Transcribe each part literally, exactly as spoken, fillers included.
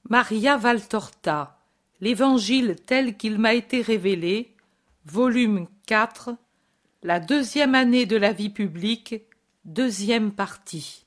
Maria Valtorta, l'Évangile tel qu'il m'a été révélé, volume quatre, la deuxième année de la vie publique, deuxième partie.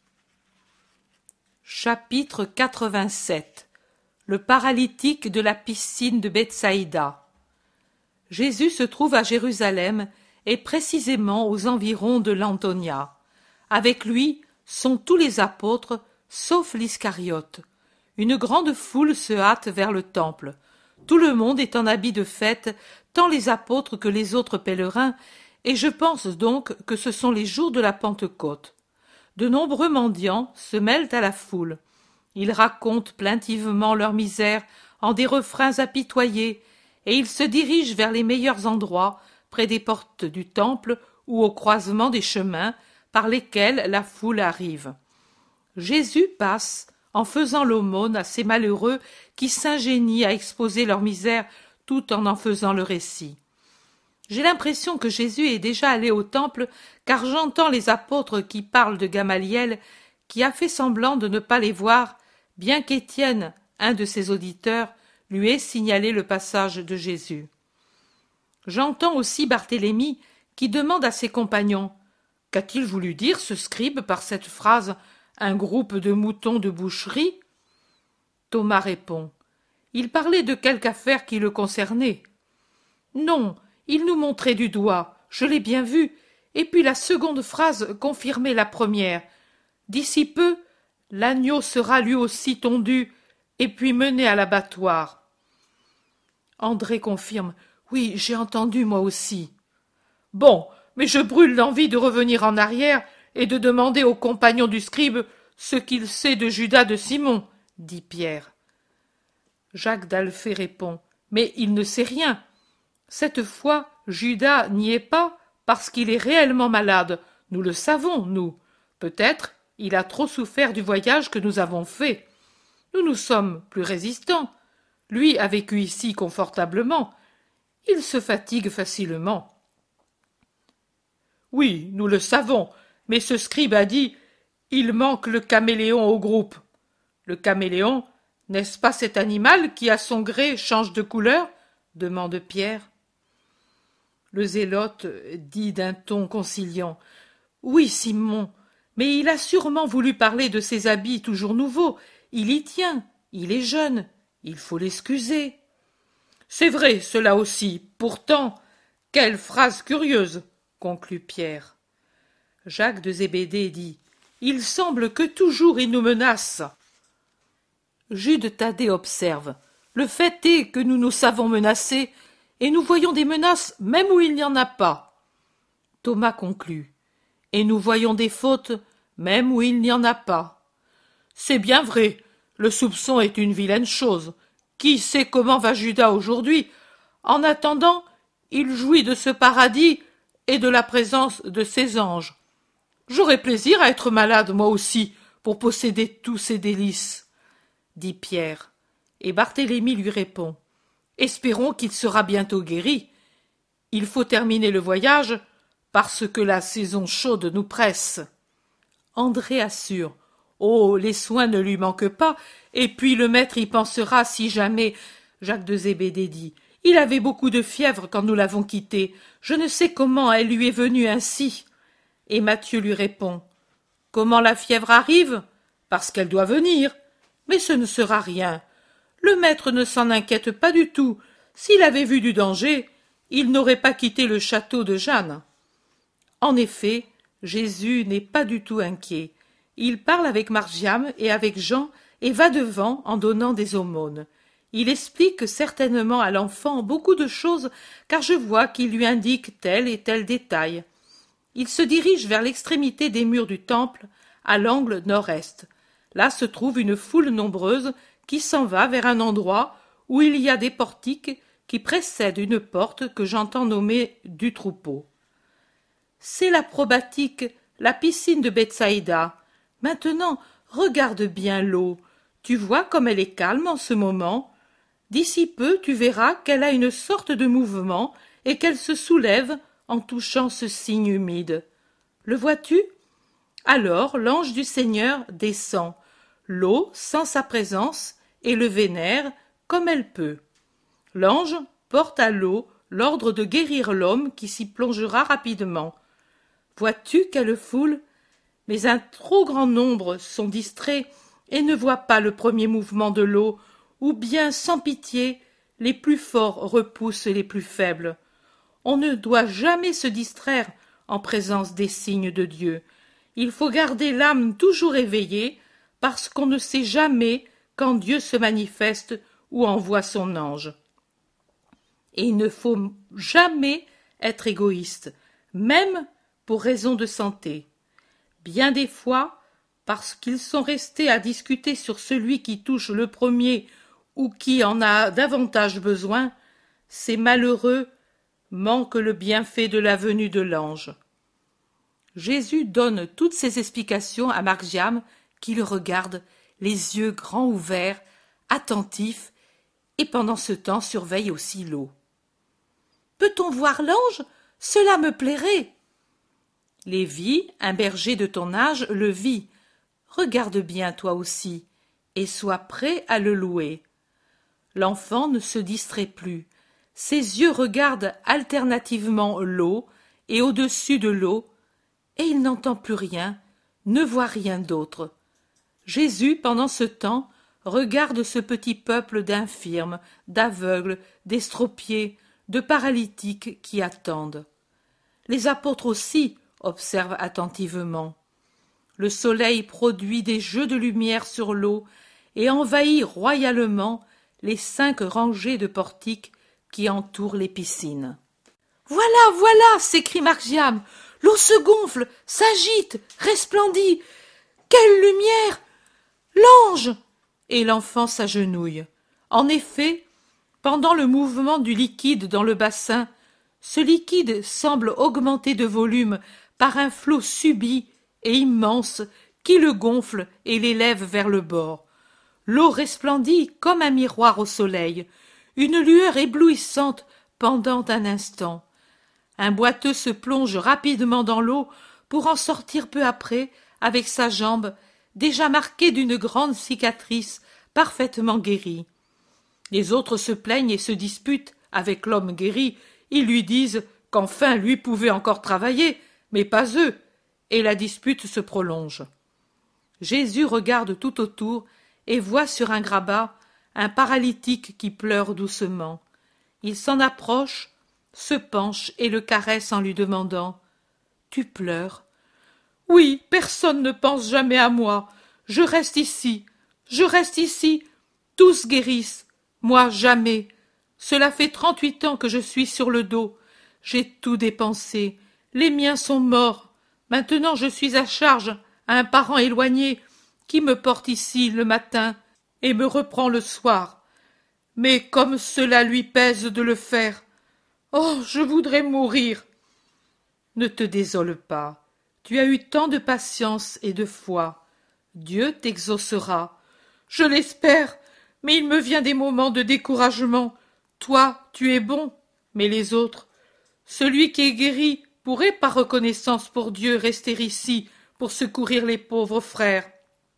Chapitre quatre-vingt-sept. Le paralytique de la piscine de Bethsaïda. Jésus se trouve à Jérusalem et précisément aux environs de l'Antonia. Avec lui sont tous les apôtres, sauf l'Iscariote. Une grande foule se hâte vers le temple. Tout le monde est en habit de fête, tant les apôtres que les autres pèlerins, et je pense donc que ce sont les jours de la Pentecôte. De nombreux mendiants se mêlent à la foule. Ils racontent plaintivement leur misère en des refrains apitoyés, et ils se dirigent vers les meilleurs endroits, près des portes du temple ou au croisement des chemins par lesquels la foule arrive. Jésus passe en faisant l'aumône à ces malheureux qui s'ingénient à exposer leur misère tout en en faisant le récit. J'ai l'impression que Jésus est déjà allé au temple, car j'entends les apôtres qui parlent de Gamaliel, qui a fait semblant de ne pas les voir, bien qu'Étienne, un de ses auditeurs, lui ait signalé le passage de Jésus. J'entends aussi Barthélemy qui demande à ses compagnons « Qu'a-t-il voulu dire ce scribe par cette phrase « un groupe de moutons de boucherie » Thomas répond « Il parlait de quelque affaire qui le concernait. »« Non, il nous montrait du doigt, je l'ai bien vu, et puis la seconde phrase confirmait la première. D'ici peu, l'agneau sera lui aussi tondu, et puis mené à l'abattoir. » André confirme « Oui, j'ai entendu moi aussi. » « Bon, mais je brûle d'envie de revenir en arrière et de demander au compagnon du scribe ce qu'il sait de Judas de Simon, dit Pierre. Jacques d'Alphée répond « Mais il ne sait rien. Cette fois, Judas n'y est pas parce qu'il est réellement malade. Nous le savons, nous. Peut-être il a trop souffert du voyage que nous avons fait. Nous nous sommes plus résistants. Lui a vécu ici confortablement. Il se fatigue facilement. » Oui, nous le savons, mais ce scribe a dit « Il manque le caméléon au groupe. » Le caméléon, n'est-ce pas cet animal qui à son gré change de couleur ? Demande Pierre. Le zélote dit d'un ton conciliant « Oui, Simon, mais il a sûrement voulu parler de ses habits toujours nouveaux. Il y tient, il est jeune, il faut l'excuser. » C'est vrai, cela aussi. Pourtant, quelle phrase curieuse, conclut Pierre. Jacques de Zébédée dit « Il semble que toujours il nous menace. » Jude Thaddée observe « Le fait est que nous nous savons menacés, et nous voyons des menaces même où il n'y en a pas. » Thomas conclut « Et nous voyons des fautes même où il n'y en a pas. » C'est bien vrai, le soupçon est une vilaine chose. Qui sait comment va Judas aujourd'hui? En attendant, il jouit de ce paradis et de la présence de ses anges. J'aurais plaisir à être malade, moi aussi, pour posséder tous ces délices, dit Pierre. Et Barthélemy lui répond. Espérons qu'il sera bientôt guéri. Il faut terminer le voyage, parce que la saison chaude nous presse. André assure. Oh, les soins ne lui manquent pas, et puis le maître y pensera si jamais. Jacques de Zébédée dit. Il avait beaucoup de fièvre quand nous l'avons quitté. Je ne sais comment elle lui est venue ainsi. Et Matthieu lui répond. Comment la fièvre arrive? Parce qu'elle doit venir. Mais ce ne sera rien. Le maître ne s'en inquiète pas du tout. S'il avait vu du danger, il n'aurait pas quitté le château de Jeanne. En effet, Jésus n'est pas du tout inquiet. Il parle avec Margiam et avec Jean et va devant en donnant des aumônes. Il explique certainement à l'enfant beaucoup de choses, car je vois qu'il lui indique tel et tel détail. Il se dirige vers l'extrémité des murs du temple, à l'angle nord-est. Là se trouve une foule nombreuse qui s'en va vers un endroit où il y a des portiques qui précèdent une porte que j'entends nommer du troupeau. C'est la probatique, la piscine de Bethsaïda. Maintenant, regarde bien l'eau. Tu vois comme elle est calme en ce moment. D'ici peu, tu verras qu'elle a une sorte de mouvement et qu'elle se soulève en touchant ce signe humide. Le vois-tu? Alors l'ange du Seigneur descend. L'eau sent sa présence et le vénère comme elle peut. L'ange porte à l'eau l'ordre de guérir l'homme qui s'y plongera rapidement. Vois-tu quelle foule? Mais un trop grand nombre sont distraits et ne voient pas le premier mouvement de l'eau, ou bien, sans pitié, les plus forts repoussent les plus faibles. On ne doit jamais se distraire en présence des signes de Dieu. Il faut garder l'âme toujours éveillée, parce qu'on ne sait jamais quand Dieu se manifeste ou envoie son ange. Et il ne faut jamais être égoïste, même pour raison de santé. Bien des fois, parce qu'ils sont restés à discuter sur celui qui touche le premier ou qui en a davantage besoin, ces malheureux manquent le bienfait de la venue de l'ange. Jésus donne toutes ces explications à Margiam, qui le regarde, les yeux grands ouverts, attentifs, et pendant ce temps surveille aussi l'eau. « Peut-on voir l'ange? Cela me plairait. » Lévi, un berger de ton âge, le vit. Regarde bien toi aussi, et sois prêt à le louer. L'enfant ne se distrait plus. Ses yeux regardent alternativement l'eau et au-dessus de l'eau, et il n'entend plus rien, ne voit rien d'autre. Jésus, pendant ce temps, regarde ce petit peuple d'infirmes, d'aveugles, d'estropiés, de paralytiques qui attendent. Les apôtres aussi observent attentivement. Le soleil produit des jeux de lumière sur l'eau et envahit royalement les cinq rangées de portiques qui entourent les piscines. « Voilà, voilà !» s'écrie Margiam. « L'eau se gonfle, s'agite, resplendit. Quelle lumière! L'ange !» Et l'enfant s'agenouille. En effet, pendant le mouvement du liquide dans le bassin, ce liquide semble augmenter de volume par un flot subit et immense qui le gonfle et l'élève vers le bord. L'eau resplendit comme un miroir au soleil, une lueur éblouissante pendant un instant. Un boiteux se plonge rapidement dans l'eau pour en sortir peu après avec sa jambe déjà marquée d'une grande cicatrice parfaitement guérie. Les autres se plaignent et se disputent avec l'homme guéri. Ils lui disent qu'enfin lui pouvait encore travailler, mais pas eux, et la dispute se prolonge. Jésus regarde tout autour et voit sur un grabat un paralytique qui pleure doucement. Il s'en approche, se penche et le caresse en lui demandant « Tu pleures ?»« Oui, personne ne pense jamais à moi. Je reste ici, je reste ici. Tous guérissent, moi jamais. Cela fait trente-huit ans que je suis sur le dos. J'ai tout dépensé. Les miens sont morts. Maintenant je suis à charge à un parent éloigné qui me porte ici le matin et me reprend le soir. Mais comme cela lui pèse de le faire, oh, je voudrais mourir. Ne te désole pas. Tu as eu tant de patience et de foi. Dieu t'exaucera. Je l'espère, mais il me vient des moments de découragement. Toi, tu es bon, mais les autres, celui qui est guéri pourrait par reconnaissance pour Dieu rester ici pour secourir les pauvres frères.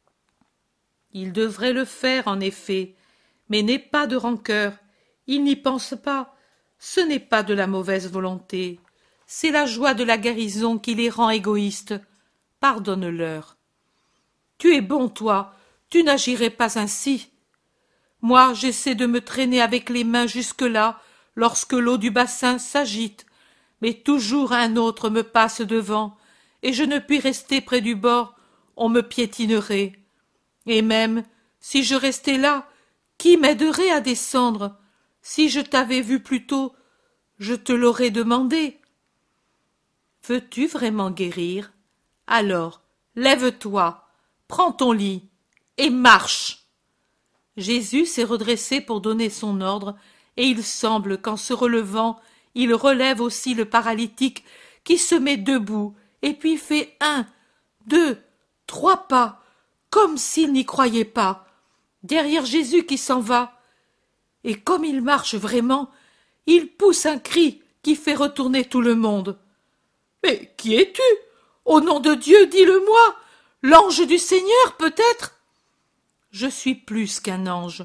Il devrait le faire, en effet, mais n'aie pas de rancœur. Il n'y pense pas. Ce n'est pas de la mauvaise volonté. C'est la joie de la guérison qui les rend égoïstes. Pardonne-leur. Tu es bon, toi. Tu n'agirais pas ainsi. Moi, j'essaie de me traîner avec les mains jusque-là, lorsque l'eau du bassin s'agite, mais toujours un autre me passe devant, et je ne puis rester près du bord, on me piétinerait. Et même, si je restais là, qui m'aiderait à descendre? Si je t'avais vu plus tôt, je te l'aurais demandé. Veux-tu vraiment guérir? Alors, lève-toi, prends ton lit, et marche. Jésus s'est redressé pour donner son ordre, et il semble qu'en se relevant, il relève aussi le paralytique qui se met debout, et puis fait un, deux, trois pas, comme s'il n'y croyait pas, derrière Jésus qui s'en va. Et comme il marche vraiment, il pousse un cri qui fait retourner tout le monde. « Mais qui es-tu? Au nom de Dieu, dis-le-moi! L'ange du Seigneur, peut-être ?» « Je suis plus qu'un ange.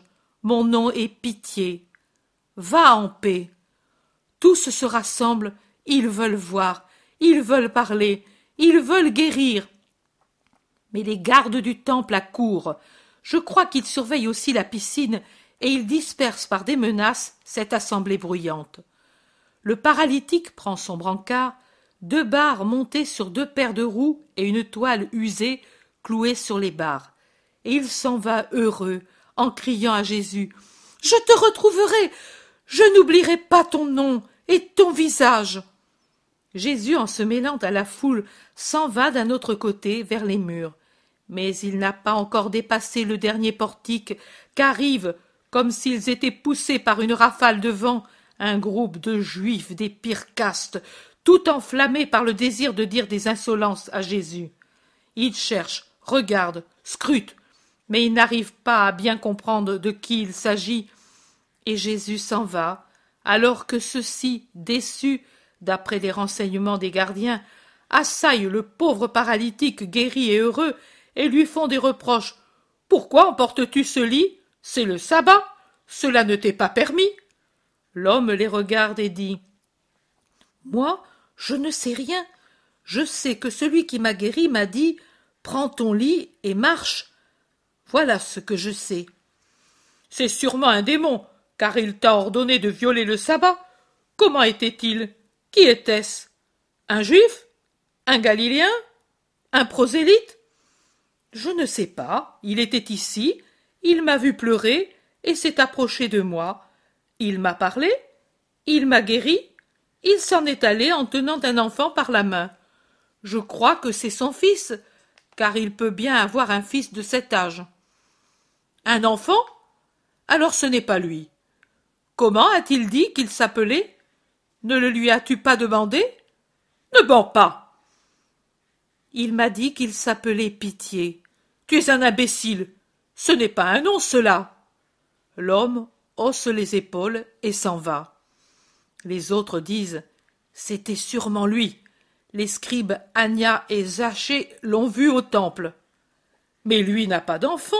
mon nom est Pitié. Va en paix. Tous se rassemblent, ils veulent voir, ils veulent parler, ils veulent guérir. Mais les gardes du temple accourent. Je crois qu'ils surveillent aussi la piscine et ils dispersent par des menaces cette assemblée bruyante. Le paralytique prend son brancard, deux barres montées sur deux paires de roues et une toile usée clouée sur les barres. Et il s'en va heureux, en criant à Jésus « Je te retrouverai, je n'oublierai pas ton nom et ton visage !» Jésus, en se mêlant à la foule, s'en va d'un autre côté vers les murs. Mais il n'a pas encore dépassé le dernier portique qu'arrive, comme s'ils étaient poussés par une rafale de vent, un groupe de juifs des pires castes, tout enflammés par le désir de dire des insolences à Jésus. Ils cherchent, regardent, scrutent, mais ils n'arrivent pas à bien comprendre de qui il s'agit, et Jésus s'en va, alors que ceux-ci, déçus, d'après les renseignements des gardiens, assaillent le pauvre paralytique guéri et heureux, et lui font des reproches. « Pourquoi emportes-tu ce lit? C'est le sabbat. Cela ne t'est pas permis. » L'homme les regarde et dit « Moi, je ne sais rien. Je sais que celui qui m'a guéri m'a dit « Prends ton lit et marche. » Voilà ce que je sais. »« C'est sûrement un démon, car il t'a ordonné de violer le sabbat. Comment était-il? Qui était-ce? Un juif? Un galiléen? Un prosélyte? » Je ne sais pas, il était ici, il m'a vu pleurer et s'est approché de moi. Il m'a parlé, il m'a guéri, il s'en est allé en tenant un enfant par la main. Je crois que c'est son fils, car il peut bien avoir un fils de cet âge. Un enfant? Alors ce n'est pas lui. Comment a-t-il dit qu'il s'appelait? Ne le lui as-tu pas demandé? Ne mens pas. Il m'a dit qu'il s'appelait Pitié. Tu es un imbécile. Ce n'est pas un nom, cela. L'homme hausse les épaules et s'en va. Les autres disent « C'était sûrement lui. Les scribes Annia et Zachée l'ont vu au temple. Mais lui n'a pas d'enfant.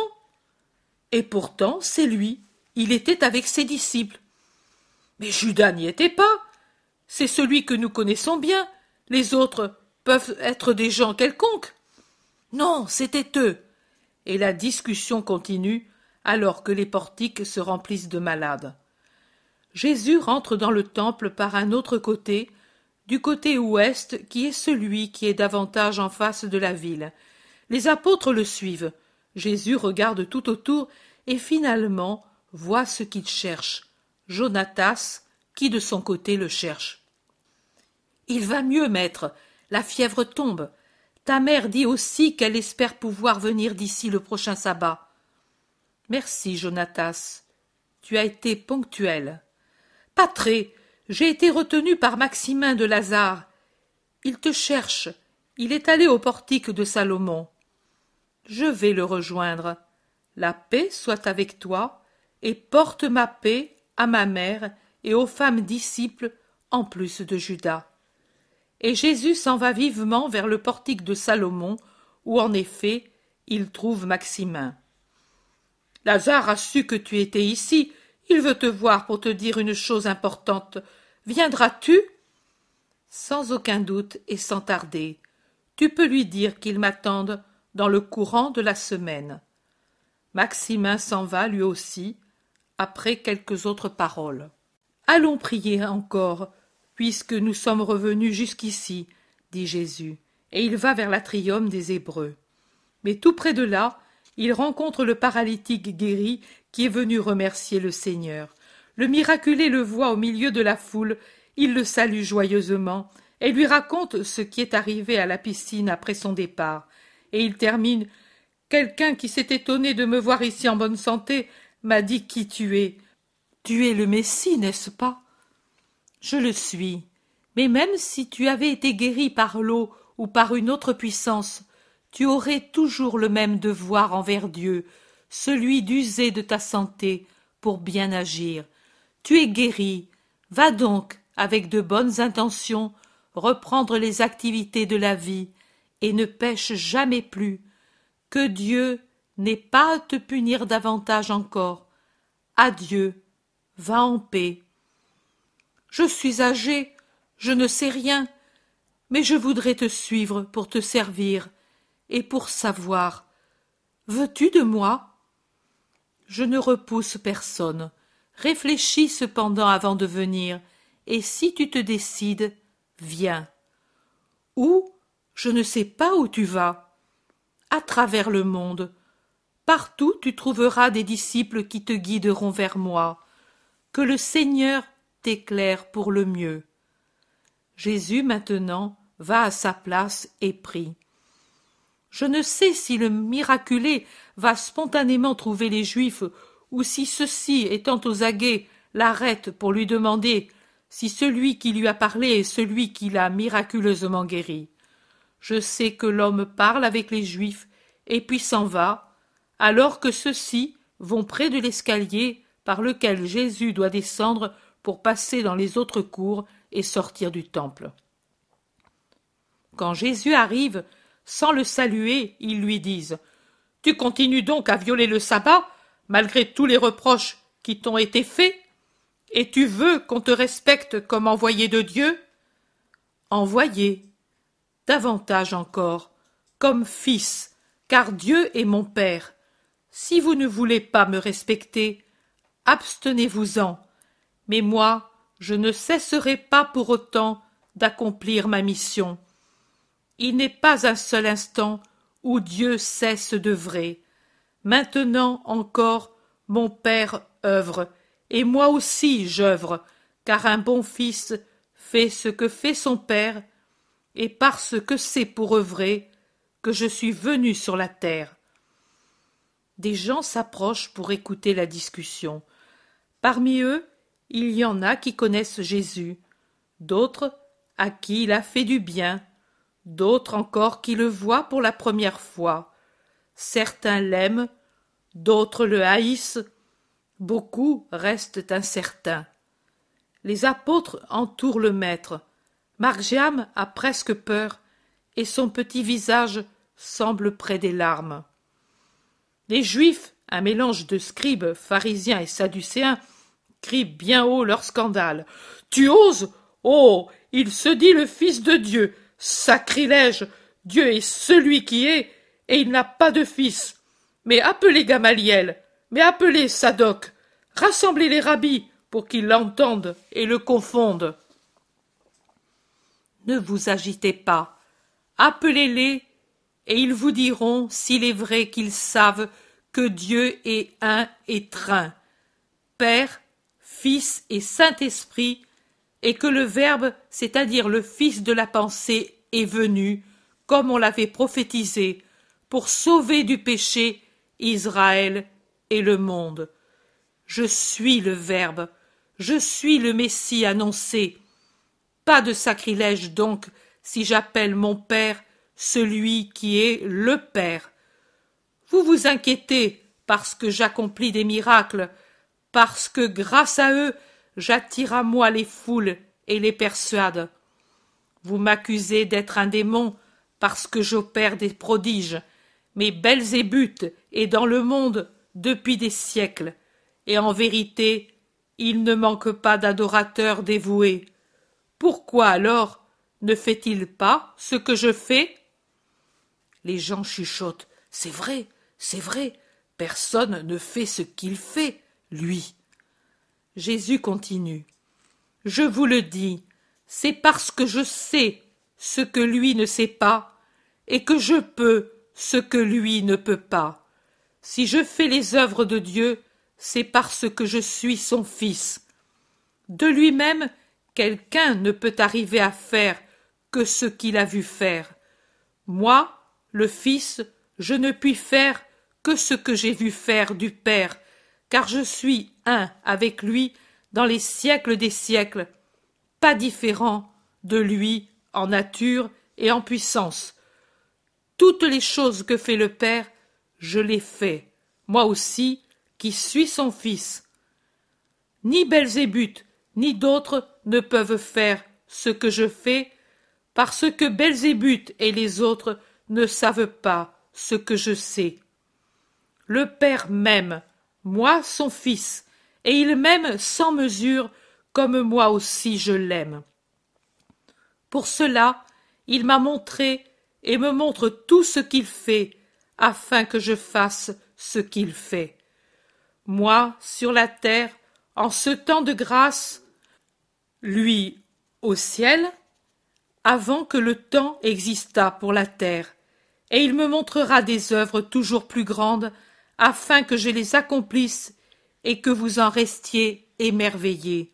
Et pourtant, c'est lui. Il était avec ses disciples. Mais Judas n'y était pas. C'est celui que nous connaissons bien. Les autres peuvent être des gens quelconques. Non, c'était eux. » Et la discussion continue alors que les portiques se remplissent de malades. Jésus rentre dans le temple par un autre côté, du côté ouest qui est celui qui est davantage en face de la ville. Les apôtres le suivent. Jésus regarde tout autour et finalement voit ce qu'il cherche, Jonatas, qui de son côté le cherche. « Il va mieux, maître, la fièvre tombe. Ta mère dit aussi qu'elle espère pouvoir venir d'ici le prochain sabbat. » Merci, Jonatas. Tu as été ponctuel. Pas très. J'ai été retenu par Maximin de Lazare. Il te cherche. Il est allé au portique de Salomon. Je vais le rejoindre. La paix soit avec toi, et porte ma paix à ma mère et aux femmes disciples, en plus de Judas. Et Jésus s'en va vivement vers le portique de Salomon, où en effet il trouve Maximin. « Lazare a su que tu étais ici, il veut te voir pour te dire une chose importante. Viendras-tu » ? Sans aucun doute et sans tarder. Tu peux lui dire qu'il m'attende dans le courant de la semaine. Maximin s'en va lui aussi, après quelques autres paroles. Allons prier encore, puisque nous sommes revenus jusqu'ici, dit Jésus, et il va vers l'atrium des Hébreux. Mais tout près de là, il rencontre le paralytique guéri qui est venu remercier le Seigneur. Le miraculé le voit au milieu de la foule, il le salue joyeusement et lui raconte ce qui est arrivé à la piscine après son départ. Et il termine « Quelqu'un qui s'est étonné de me voir ici en bonne santé m'a dit qui tu es. Tu es le Messie, n'est-ce pas ?» Je le suis. Mais même si tu avais été guéri par l'eau ou par une autre puissance, tu aurais toujours le même devoir envers Dieu, celui d'user de ta santé pour bien agir. Tu es guéri. Va donc, avec de bonnes intentions, reprendre les activités de la vie et ne pêche jamais plus. Que Dieu n'ait pas à te punir davantage encore. Adieu, va en paix. Je suis âgé, je ne sais rien, mais je voudrais te suivre pour te servir et pour savoir. Veux-tu de moi? Je ne repousse personne. Réfléchis cependant avant de venir, et si tu te décides, viens. Où? Je ne sais pas où tu vas. À travers le monde. Partout tu trouveras des disciples qui te guideront vers moi. Que le Seigneur t'éclaire pour le mieux. Jésus maintenant va à sa place et prie. Je ne sais si le miraculé va spontanément trouver les Juifs ou si ceux-ci, étant aux aguets, l'arrêtent pour lui demander si celui qui lui a parlé est celui qui l'a miraculeusement guéri. Je sais que l'homme parle avec les Juifs et puis s'en va, alors que ceux-ci vont près de l'escalier par lequel Jésus doit descendre pour passer dans les autres cours et sortir du temple. Quand Jésus arrive, sans le saluer, ils lui disent « Tu continues donc à violer le sabbat, malgré tous les reproches qui t'ont été faits, et tu veux qu'on te respecte comme envoyé de Dieu ?» Envoyé, davantage encore, comme fils, car Dieu est mon Père. Si vous ne voulez pas me respecter, abstenez-vous-en, mais moi, je ne cesserai pas pour autant d'accomplir ma mission. Il n'est pas un seul instant où Dieu cesse d'œuvrer. Maintenant encore, mon Père œuvre, et moi aussi j'œuvre, car un bon fils fait ce que fait son Père, et parce que c'est pour œuvrer que je suis venu sur la terre. Des gens s'approchent pour écouter la discussion. Parmi eux, il y en a qui connaissent Jésus, d'autres à qui il a fait du bien, d'autres encore qui le voient pour la première fois. Certains l'aiment, d'autres le haïssent, beaucoup restent incertains. Les apôtres entourent le maître. Margiam a presque peur, et son petit visage semble près des larmes. Les Juifs, un mélange de scribes, pharisiens et sadducéens, crient bien haut leur scandale. « Tu oses? Oh, il se dit le Fils de Dieu! Sacrilège! Dieu est celui qui est, et il n'a pas de fils. Mais appelez Gamaliel, mais appelez Sadoc, rassemblez les rabbis pour qu'ils l'entendent et le confondent. » Ne vous agitez pas, appelez-les, et ils vous diront s'il est vrai qu'ils savent que Dieu est un et trin, Père, Fils et Saint-Esprit, et que le Verbe, c'est-à-dire le Fils de la pensée, est venu, comme on l'avait prophétisé, pour sauver du péché Israël et le monde. Je suis le Verbe, je suis le Messie annoncé. Pas de sacrilège donc si j'appelle mon Père celui qui est le Père. Vous vous inquiétez parce que j'accomplis des miracles, parce que grâce à eux j'attire à moi les foules et les persuade. Vous m'accusez d'être un démon parce que j'opère des prodiges, mais Belzébuth est dans le monde depuis des siècles, et en vérité il ne manque pas d'adorateurs dévoués. Pourquoi alors ne fait-il pas ce que je fais? Les gens chuchotent. C'est vrai, c'est vrai, personne ne fait ce qu'il fait, lui. Jésus continue. Je vous le dis, c'est parce que je sais ce que lui ne sait pas, et que je peux ce que lui ne peut pas. Si je fais les œuvres de Dieu, c'est parce que je suis son Fils. De lui-même, quelqu'un ne peut arriver à faire que ce qu'il a vu faire. Moi, le Fils, je ne puis faire que ce que j'ai vu faire du Père, car je suis un avec lui dans les siècles des siècles, pas différent de lui en nature et en puissance. Toutes les choses que fait le Père, je les fais, moi aussi, qui suis son Fils. Ni Belzébuth, ni d'autres ne peuvent faire ce que je fais, parce que Belzébuth et les autres ne savent pas ce que je sais. Le Père m'aime, moi son Fils, et il m'aime sans mesure, comme moi aussi je l'aime. Pour cela, il m'a montré et me montre tout ce qu'il fait, afin que je fasse ce qu'il fait. Moi, sur la terre, en ce temps de grâce, lui au ciel, avant que le temps existât pour la terre, et il me montrera des œuvres toujours plus grandes, afin que je les accomplisse et que vous en restiez émerveillés.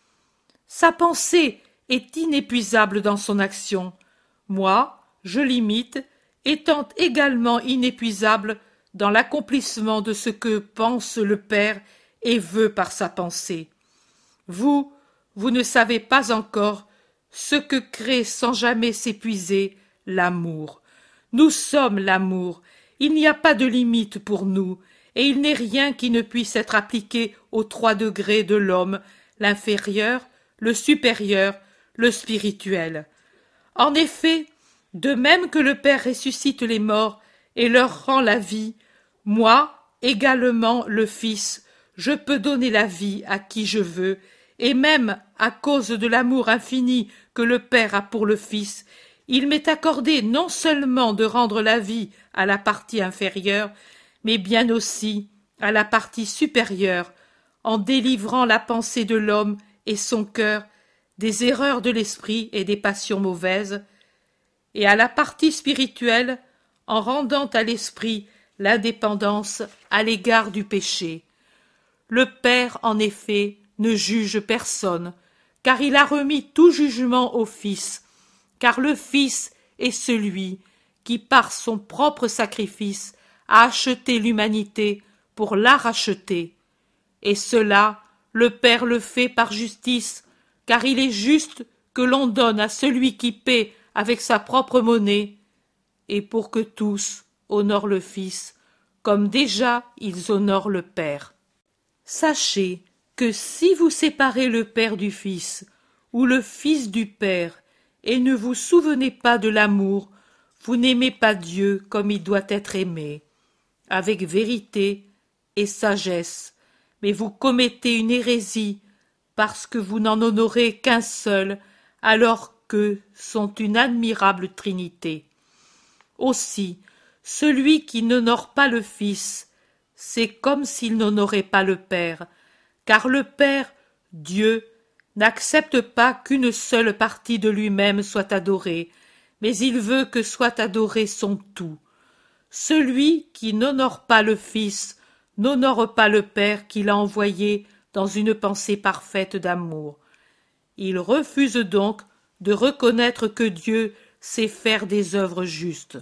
Sa pensée est inépuisable dans son action. Moi, je l'imite, étant également inépuisable dans l'accomplissement de ce que pense le Père et veut par sa pensée. Vous, vous ne savez pas encore ce que crée sans jamais s'épuiser l'amour. Nous sommes l'amour, il n'y a pas de limite pour nous, et il n'est rien qui ne puisse être appliqué aux trois degrés de l'homme, l'inférieur, le supérieur, le spirituel. En effet, de même que le Père ressuscite les morts et leur rend la vie, moi, également le Fils, je peux donner la vie à qui je veux, et même à cause de l'amour infini que le Père a pour le Fils, il m'est accordé non seulement de rendre la vie à la partie inférieure, mais bien aussi à la partie supérieure, en délivrant la pensée de l'homme et son cœur des erreurs de l'esprit et des passions mauvaises, et à la partie spirituelle, en rendant à l'esprit l'indépendance à l'égard du péché. Le Père, en effet, ne juge personne, car il a remis tout jugement au Fils, car le Fils est celui qui, par son propre sacrifice, a acheté l'humanité pour la racheter. Et cela, le Père le fait par justice, car il est juste que l'on donne à celui qui paie avec sa propre monnaie, et pour que tous honorent le Fils, comme déjà ils honorent le Père. Sachez que si vous séparez le Père du Fils, ou le Fils du Père, et ne vous souvenez pas de l'amour, vous n'aimez pas Dieu comme il doit être aimé, avec vérité et sagesse, mais vous commettez une hérésie, parce que vous n'en honorez qu'un seul, alors que sont une admirable Trinité. Aussi, celui qui n'honore pas le Fils, c'est comme s'il n'honorait pas le Père, car le Père, Dieu, n'accepte pas qu'une seule partie de lui-même soit adorée, mais il veut que soit adoré son tout. Celui qui n'honore pas le Fils n'honore pas le Père qui l'a envoyé dans une pensée parfaite d'amour. Il refuse donc de reconnaître que Dieu sait faire des œuvres justes.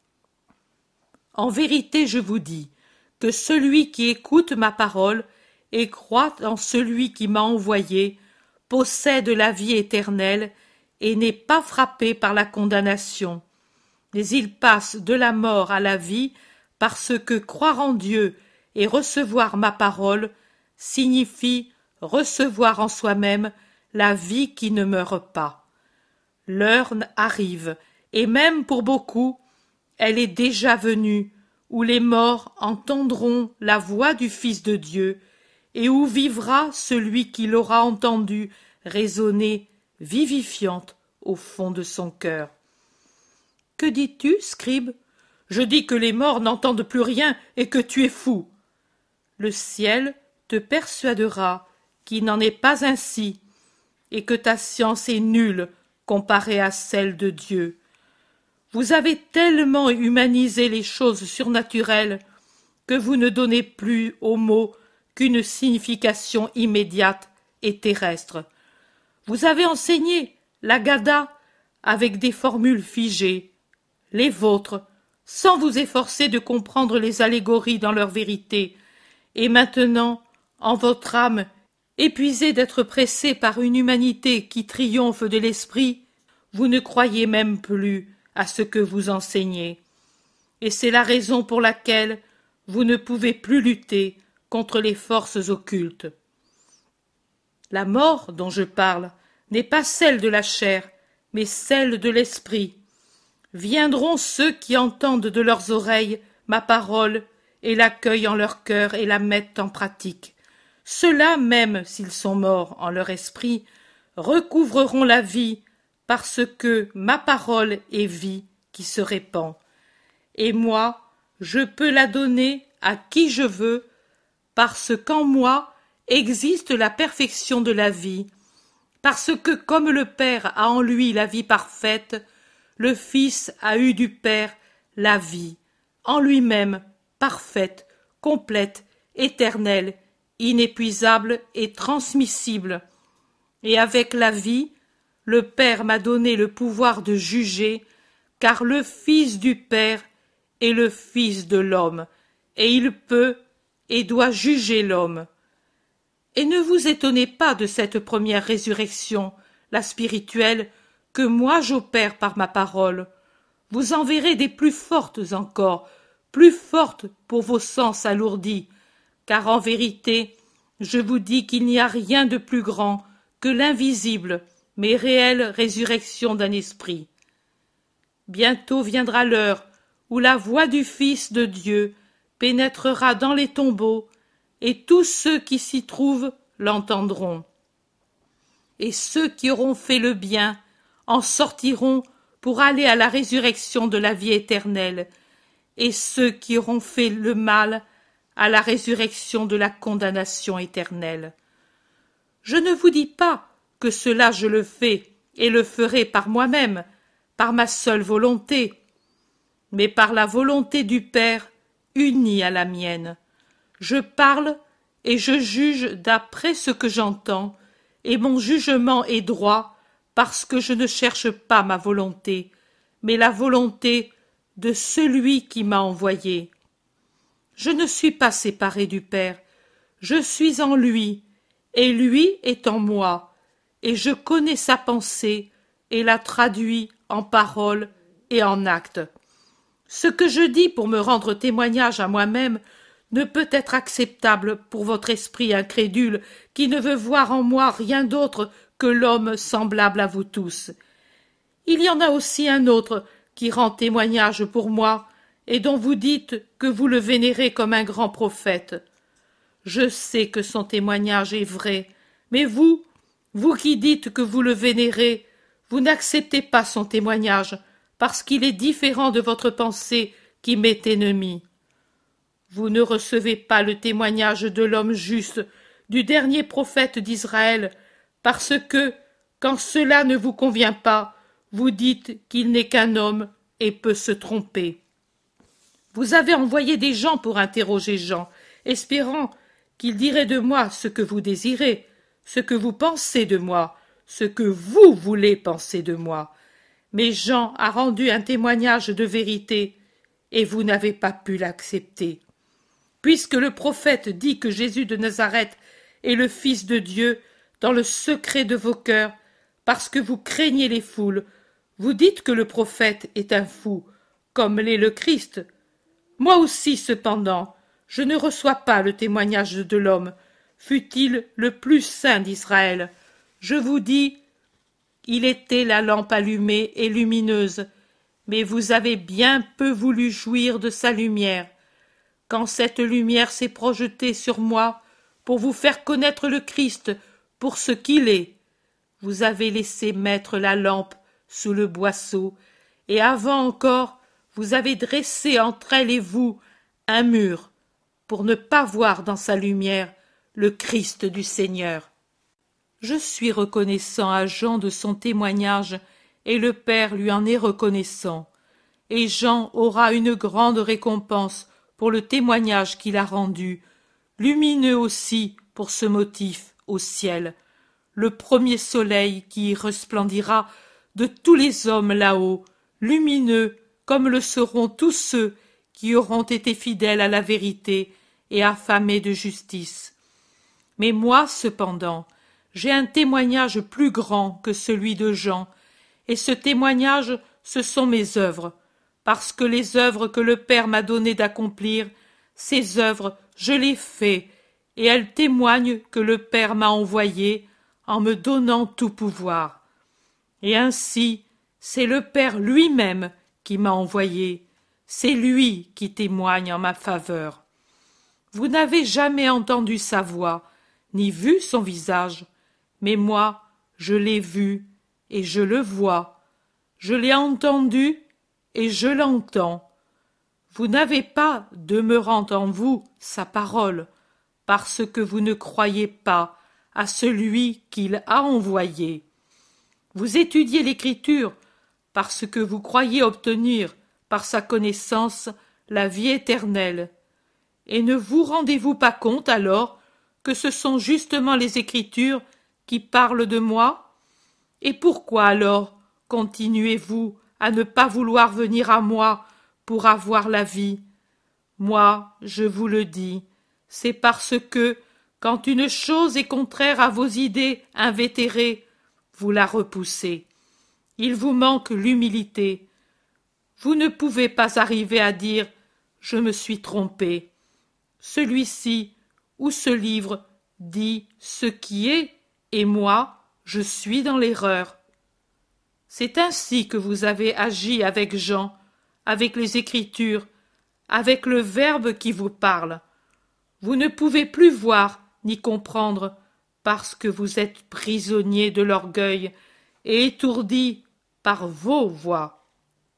En vérité, je vous dis que celui qui écoute ma parole et croit en celui qui m'a envoyé possède la vie éternelle et n'est pas frappé par la condamnation, mais il passe de la mort à la vie parce que croire en Dieu et recevoir ma parole signifie recevoir en soi-même la vie qui ne meurt pas. L'heure arrive, et même pour beaucoup, elle est déjà venue, où les morts entendront la voix du Fils de Dieu, et où vivra celui qui l'aura entendu résonner vivifiante au fond de son cœur. Que dis-tu, scribe? Je dis que les morts n'entendent plus rien et que tu es fou. Le ciel te persuadera qu'il n'en est pas ainsi, et que ta science est nulle comparée à celle de Dieu. Vous avez tellement humanisé les choses surnaturelles que vous ne donnez plus aux mots qu'une signification immédiate et terrestre. Vous avez enseigné l'Agada avec des formules figées, les vôtres, sans vous efforcer de comprendre les allégories dans leur vérité, et maintenant, en votre âme, épuisée d'être pressée par une humanité qui triomphe de l'esprit, vous ne croyez même plus à ce que vous enseignez. Et c'est la raison pour laquelle vous ne pouvez plus lutter contre les forces occultes. La mort dont je parle n'est pas celle de la chair, mais celle de l'esprit. Viendront ceux qui entendent de leurs oreilles ma parole et l'accueillent en leur cœur et la mettent en pratique. Ceux-là, même s'ils sont morts en leur esprit, recouvreront la vie, parce que ma parole est vie qui se répand. Et moi, je peux la donner à qui je veux, parce qu'en moi existe la perfection de la vie, parce que comme le Père a en lui la vie parfaite, le Fils a eu du Père la vie, en lui-même, parfaite, complète, éternelle, inépuisable et transmissible. Et avec la vie, le Père m'a donné le pouvoir de juger, car le Fils du Père est le Fils de l'homme, et il peut et doit juger l'homme. Et ne vous étonnez pas de cette première résurrection, la spirituelle, que moi j'opère par ma parole. Vous en verrez des plus fortes encore, plus fortes pour vos sens alourdis, car en vérité, je vous dis qu'il n'y a rien de plus grand que l'invisible, mais réelle résurrection d'un esprit. Bientôt viendra l'heure où la voix du Fils de Dieu pénétrera dans les tombeaux, et tous ceux qui s'y trouvent l'entendront. Et ceux qui auront fait le bien en sortiront pour aller à la résurrection de la vie éternelle, et ceux qui auront fait le mal à la résurrection de la condamnation éternelle. Je ne vous dis pas que cela je le fais et le ferai par moi-même, par ma seule volonté, mais par la volonté du Père unie à la mienne. Je parle et je juge d'après ce que j'entends, et mon jugement est droit parce que je ne cherche pas ma volonté, mais la volonté de celui qui m'a envoyé. Je ne suis pas séparé du Père, je suis en lui, et lui est en moi, et je connais sa pensée et la traduis en paroles et en actes. Ce que je dis pour me rendre témoignage à moi-même ne peut être acceptable pour votre esprit incrédule qui ne veut voir en moi rien d'autre que l'homme semblable à vous tous. Il y en a aussi un autre qui rend témoignage pour moi et dont vous dites que vous le vénérez comme un grand prophète. Je sais que son témoignage est vrai, mais vous, vous qui dites que vous le vénérez, vous n'acceptez pas son témoignage parce qu'il est différent de votre pensée qui m'est ennemie. Vous ne recevez pas le témoignage de l'homme juste, du dernier prophète d'Israël, parce que, quand cela ne vous convient pas, vous dites qu'il n'est qu'un homme et peut se tromper. Vous avez envoyé des gens pour interroger Jean, espérant qu'il dirait de moi ce que vous désirez, ce que vous pensez de moi, ce que vous voulez penser de moi. Mais Jean a rendu un témoignage de vérité, et vous n'avez pas pu l'accepter. Puisque le prophète dit que Jésus de Nazareth est le Fils de Dieu, dans le secret de vos cœurs, parce que vous craignez les foules, vous dites que le prophète est un fou, comme l'est le Christ. Moi aussi, cependant, je ne reçois pas le témoignage de l'homme, fût-il le plus saint d'Israël. Je vous dis, il était la lampe allumée et lumineuse, mais vous avez bien peu voulu jouir de sa lumière. Quand cette lumière s'est projetée sur moi pour vous faire connaître le Christ pour ce qu'il est, vous avez laissé mettre la lampe sous le boisseau, et avant encore, vous avez dressé entre elle et vous un mur, pour ne pas voir dans sa lumière le Christ du Seigneur. Je suis reconnaissant à Jean de son témoignage, et le Père lui en est reconnaissant. Et Jean aura une grande récompense pour le témoignage qu'il a rendu, lumineux aussi pour ce motif au ciel, le premier soleil qui y resplendira de tous les hommes là-haut, lumineux comme le seront tous ceux qui auront été fidèles à la vérité et affamés de justice. Mais moi, cependant, j'ai un témoignage plus grand que celui de Jean, et ce témoignage, ce sont mes œuvres, parce que les œuvres que le Père m'a donné d'accomplir, ces œuvres, je les fais, et elles témoignent que le Père m'a envoyé en me donnant tout pouvoir. Et ainsi, c'est le Père lui-même qui m'a envoyé, c'est lui qui témoigne en ma faveur. Vous n'avez jamais entendu sa voix, ni vu son visage, mais moi, je l'ai vu, et je le vois. Je l'ai entendu, et je l'entends. Vous n'avez pas, demeurant en vous, sa parole, parce que vous ne croyez pas à celui qu'il a envoyé. Vous étudiez l'Écriture, parce que vous croyez obtenir, par sa connaissance, la vie éternelle. Et ne vous rendez-vous pas compte alors que ce sont justement les Écritures qui parlent de moi? Et pourquoi alors continuez-vous à ne pas vouloir venir à moi pour avoir la vie? Moi, je vous le dis, c'est parce que, quand une chose est contraire à vos idées invétérées, vous la repoussez. Il vous manque l'humilité. Vous ne pouvez pas arriver à dire « je me suis trompé ». Celui-ci ou ce livre dit ce qui est, et moi, je suis dans l'erreur. C'est ainsi que vous avez agi avec Jean, avec les Écritures, avec le Verbe qui vous parle. Vous ne pouvez plus voir ni comprendre, parce que vous êtes prisonnier de l'orgueil et étourdi par vos voix.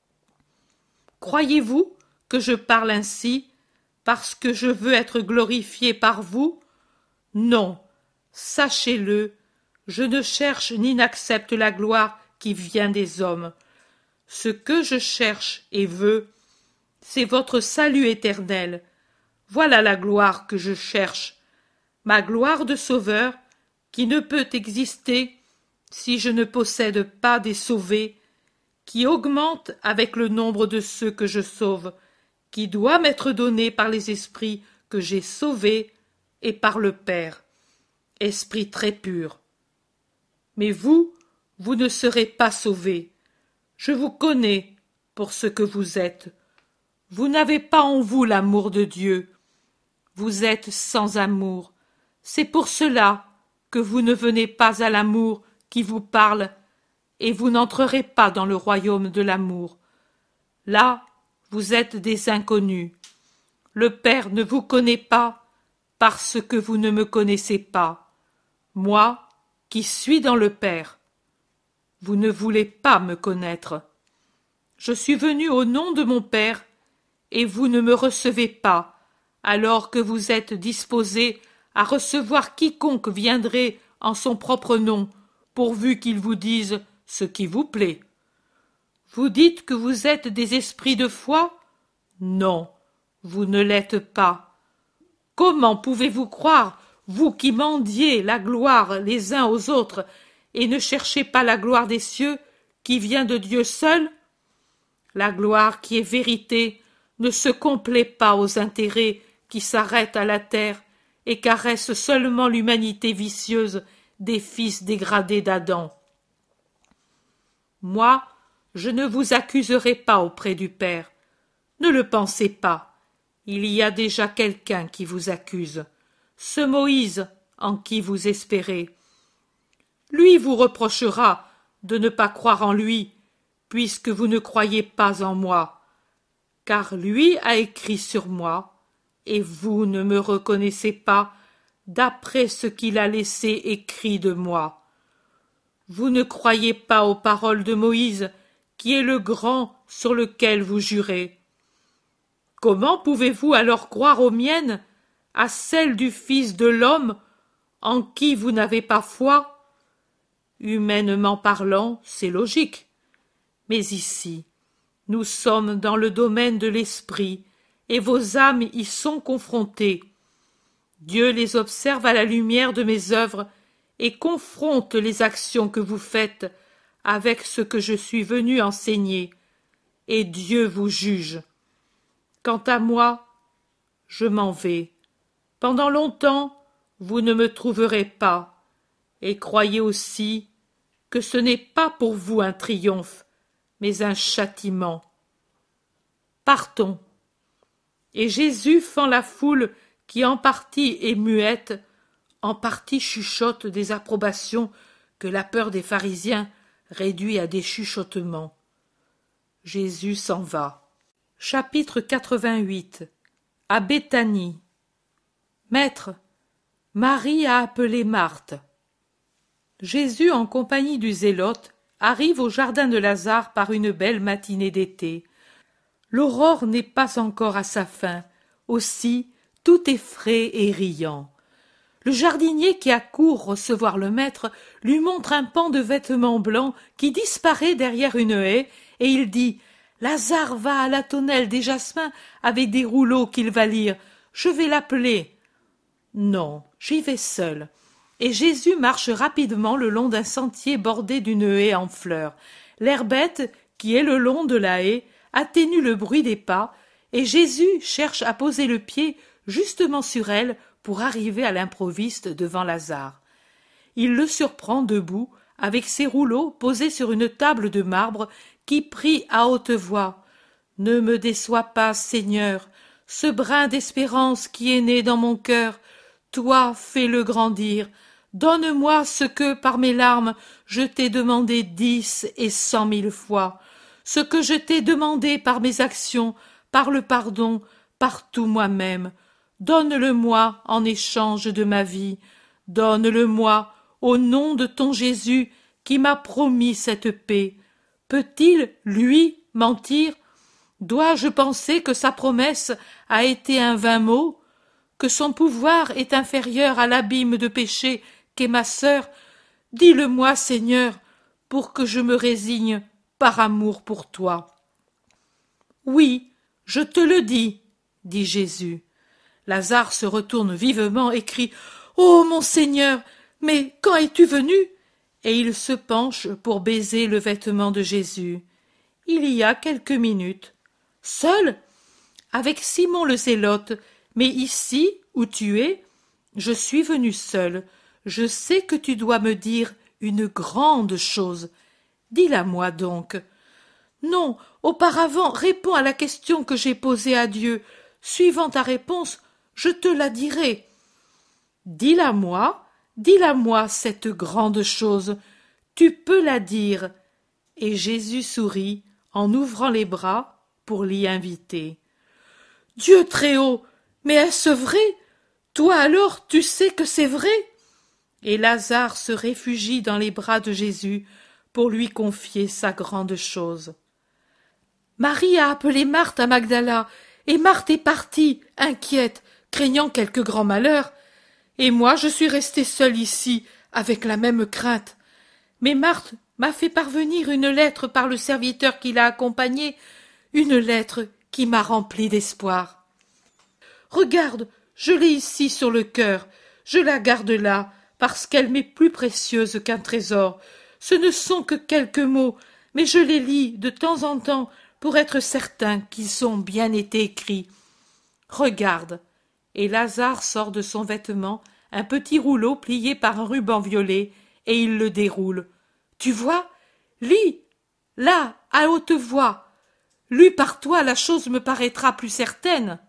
Croyez-vous que je parle ainsi parce que je veux être glorifié par vous? Non, sachez-le, je ne cherche ni n'accepte la gloire qui vient des hommes. Ce que je cherche et veux, c'est votre salut éternel. Voilà la gloire que je cherche, ma gloire de sauveur, qui ne peut exister si je ne possède pas des sauvés, qui augmente avec le nombre de ceux que je sauve, qui doit m'être donné par les esprits que j'ai sauvés et par le Père, esprit très pur. Mais vous, vous ne serez pas sauvés. Je vous connais pour ce que vous êtes. Vous n'avez pas en vous l'amour de Dieu. Vous êtes sans amour. C'est pour cela que vous ne venez pas à l'amour qui vous parle, et vous n'entrerez pas dans le royaume de l'amour. Là, vous êtes des inconnus. Le Père ne vous connaît pas parce que vous ne me connaissez pas. Moi, qui suis dans le Père. Vous ne voulez pas me connaître. Je suis venu au nom de mon Père, et vous ne me recevez pas, alors que vous êtes disposés à recevoir quiconque viendrait en son propre nom, pourvu qu'il vous dise ce qui vous plaît. Vous dites que vous êtes des esprits de foi? Non, vous ne l'êtes pas. Comment pouvez-vous croire, vous qui mendiez la gloire les uns aux autres, et ne cherchez pas la gloire des cieux, qui vient de Dieu seul? La gloire qui est vérité ne se complaît pas aux intérêts qui s'arrêtent à la terre et caressent seulement l'humanité vicieuse des fils dégradés d'Adam. Moi, je ne vous accuserai pas auprès du Père. Ne le pensez pas. Il y a déjà quelqu'un qui vous accuse, ce Moïse en qui vous espérez. Lui vous reprochera de ne pas croire en lui, puisque vous ne croyez pas en moi, car lui a écrit sur moi, et vous ne me reconnaissez pas d'après ce qu'il a laissé écrit de moi. Vous ne croyez pas aux paroles de Moïse, qui est le grand sur lequel vous jurez. Comment pouvez-vous alors croire aux miennes, à celles du Fils de l'homme, en qui vous n'avez pas foi? Humainement parlant, c'est logique. Mais ici, nous sommes dans le domaine de l'esprit, et vos âmes y sont confrontées. Dieu les observe à la lumière de mes œuvres et confronte les actions que vous faites avec ce que je suis venu enseigner, et Dieu vous juge. Quant à moi, je m'en vais. Pendant longtemps, vous ne me trouverez pas, et croyez aussi que ce n'est pas pour vous un triomphe, mais un châtiment. Partons. Et Jésus fend la foule qui en partie est muette, en partie chuchote des approbations que la peur des pharisiens réduit à des chuchotements. Jésus s'en va. Chapitre quatre-vingt-huit. À Béthanie. Maître, Marie a appelé Marthe. Jésus, en compagnie du zélote, arrive au jardin de Lazare par une belle matinée d'été. L'aurore n'est pas encore à sa fin, aussi tout est frais et riant. Le jardinier qui accourt recevoir le maître lui montre un pan de vêtements blancs qui disparaît derrière une haie, et il dit « Lazare va à la tonnelle des jasmins avec des rouleaux qu'il va lire, je vais l'appeler. » Non, j'y vais seul. Et Jésus marche rapidement le long d'un sentier bordé d'une haie en fleurs. L'herbette, qui est le long de la haie, atténue le bruit des pas, et Jésus cherche à poser le pied justement sur elle pour arriver à l'improviste devant Lazare. Il le surprend debout, avec ses rouleaux posés sur une table de marbre, qui prie à haute voix « Ne me déçois pas, Seigneur, ce brin d'espérance qui est né dans mon cœur, toi fais-le grandir, donne-moi ce que, par mes larmes, je t'ai demandé dix et cent mille fois, ce que je t'ai demandé par mes actions, par le pardon, par tout moi-même. Donne-le-moi en échange de ma vie, donne-le-moi au nom de ton Jésus qui m'a promis cette paix. Peut-il, lui, mentir? Dois-je penser que sa promesse a été un vain mot, que son pouvoir est inférieur à l'abîme de péché qu'est ma sœur? Dis-le-moi, Seigneur, pour que je me résigne par amour pour toi. Oui, je te le dis, dit Jésus. Lazare se retourne vivement et crie « Ô mon Seigneur, mais quand es-tu venu ?» Et il se penche pour baiser le vêtement de Jésus. Il y a quelques minutes. Seul? Avec Simon le zélote, mais ici, où tu es, je suis venu seul. Je sais que tu dois me dire une grande chose. Dis-la-moi donc. Non, auparavant, réponds à la question que j'ai posée à Dieu. Suivant ta réponse, je te la dirai. Dis-la-moi, dis-la-moi cette grande chose. Tu peux la dire. Et Jésus sourit en ouvrant les bras pour l'y inviter. Dieu très haut, mais est-ce vrai? Toi alors, tu sais que c'est vrai? Et Lazare se réfugie dans les bras de Jésus pour lui confier sa grande chose. Marie a appelé Marthe à Magdala, et Marthe est partie, inquiète, craignant quelque grand malheur. Et moi, je suis restée seule ici, avec la même crainte. Mais Marthe m'a fait parvenir une lettre par le serviteur qui l'a accompagnée, une lettre qui m'a remplie d'espoir. Regarde, je l'ai ici sur le cœur, je la garde là, parce qu'elle m'est plus précieuse qu'un trésor. Ce ne sont que quelques mots, mais je les lis de temps en temps pour être certain qu'ils ont bien été écrits. Regarde. Et Lazare sort de son vêtement un petit rouleau plié par un ruban violet, et il le déroule. Tu vois? Lis, là, à haute voix. Lue par toi, la chose me paraîtra plus certaine.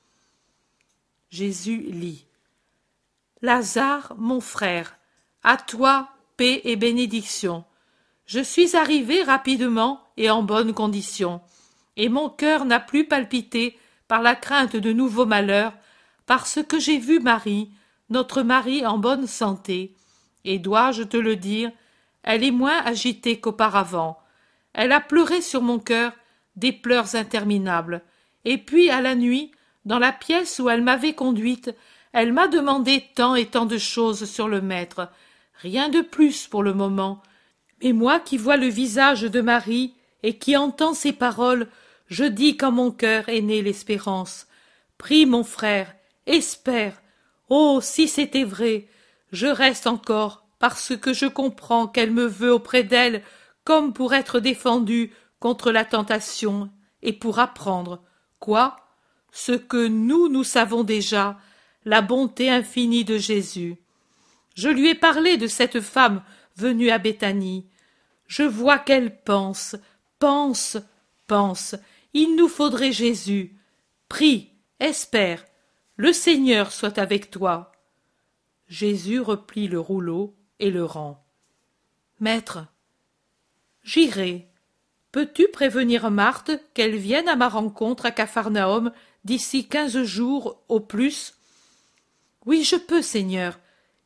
Jésus lit. Lazare, mon frère, à toi paix et bénédiction. Je suis arrivé rapidement et en bonne condition, et mon cœur n'a plus palpité par la crainte de nouveaux malheurs, parce que j'ai vu Marie, notre Marie en bonne santé, et dois-je te le dire, elle est moins agitée qu'auparavant. Elle a pleuré sur mon cœur des pleurs interminables, et puis à la nuit, dans la pièce où elle m'avait conduite, elle m'a demandé tant et tant de choses sur le maître, rien de plus pour le moment. Mais moi qui vois le visage de Marie et qui entends ses paroles, je dis qu'en mon cœur est née l'espérance. Prie, mon frère, espère. Oh, si c'était vrai, je reste encore parce que je comprends qu'elle me veut auprès d'elle comme pour être défendue contre la tentation et pour apprendre, quoi? Ce que nous, nous savons déjà, la bonté infinie de Jésus. Je lui ai parlé de cette femme venue à Béthanie. Je vois qu'elle pense, pense, pense. Il nous faudrait Jésus. Prie, espère. Le Seigneur soit avec toi. Jésus replie le rouleau et le rend. Maître, j'irai. Peux-tu prévenir Marthe qu'elle vienne à ma rencontre à Capharnaüm d'ici quinze jours au plus? Oui, je peux, Seigneur.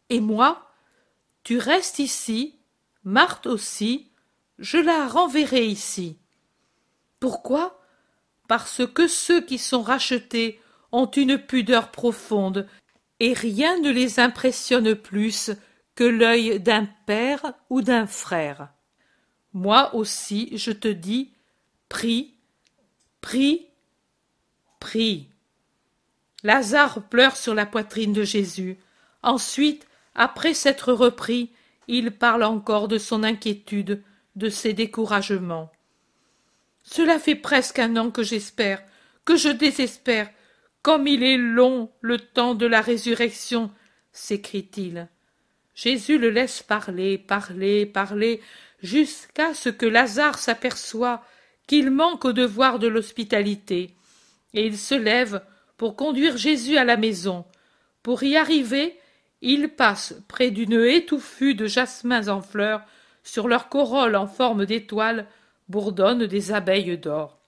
Et moi, tu restes ici, Marthe aussi, je la renverrai ici. Pourquoi? Parce que ceux qui sont rachetés ont une pudeur profonde, et rien ne les impressionne plus que l'œil d'un père ou d'un frère. Moi aussi, je te dis, prie, prie, prie. Lazare pleure sur la poitrine de Jésus. Ensuite, après s'être repris, il parle encore de son inquiétude, de ses découragements. Cela fait presque un an que j'espère, que je désespère. Comme il est long le temps de la résurrection, s'écrie-t-il. Jésus le laisse parler, parler, parler, jusqu'à ce que Lazare s'aperçoit qu'il manque au devoir de l'hospitalité, et il se lève pour conduire Jésus à la maison. Pour y arriver, il passe près d'une haie touffue de jasmins en fleurs, sur leur corolle en forme d'étoile bourdonnent des abeilles d'or.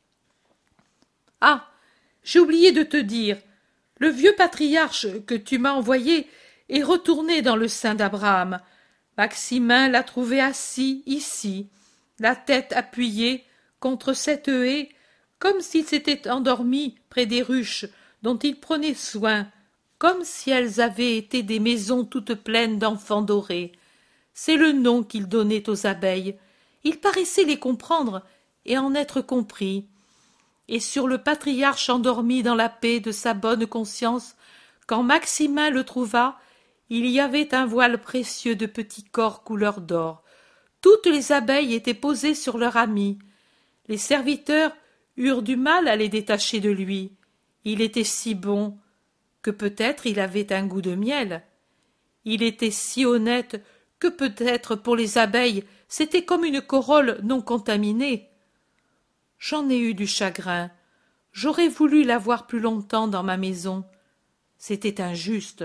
Ah, j'ai oublié de te dire, le vieux patriarche que tu m'as envoyé est retourné dans le sein d'Abraham. Maximin l'a trouvé assis ici, la tête appuyée contre cette haie, comme s'il s'était endormi près des ruches dont il prenait soin, comme si elles avaient été des maisons toutes pleines d'enfants dorés. C'est le nom qu'il donnait aux abeilles. Il paraissait les comprendre et en être compris. Et sur le patriarche endormi dans la paix de sa bonne conscience, quand Maximin le trouva, il y avait un voile précieux de petits corps couleur d'or. Toutes les abeilles étaient posées sur leur ami. Les serviteurs eurent du mal à les détacher de lui. Il était si bon que peut-être il avait un goût de miel. Il était si honnête que peut-être pour les abeilles c'était comme une corolle non contaminée. J'en ai eu du chagrin. J'aurais voulu l'avoir plus longtemps dans ma maison. C'était injuste.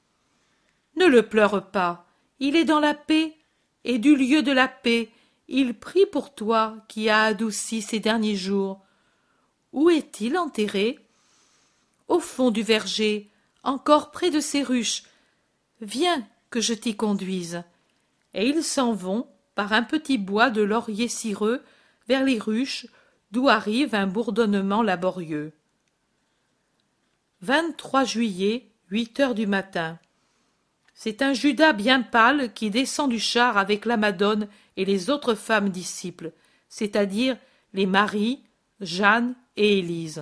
Ne le pleure pas. Il est dans la paix, et du lieu de la paix, il prie pour toi qui as adouci ces derniers jours. Où est-il enterré? Au fond du verger, encore près de ces ruches. Viens que je t'y conduise. Et ils s'en vont par un petit bois de lauriers cireux vers les ruches, d'où arrive un bourdonnement laborieux. vingt-trois juillet, huit heures du matin. C'est un Judas bien pâle qui descend du char avec la Madone et les autres femmes disciples, c'est-à-dire les Marie, Jeanne et Élise.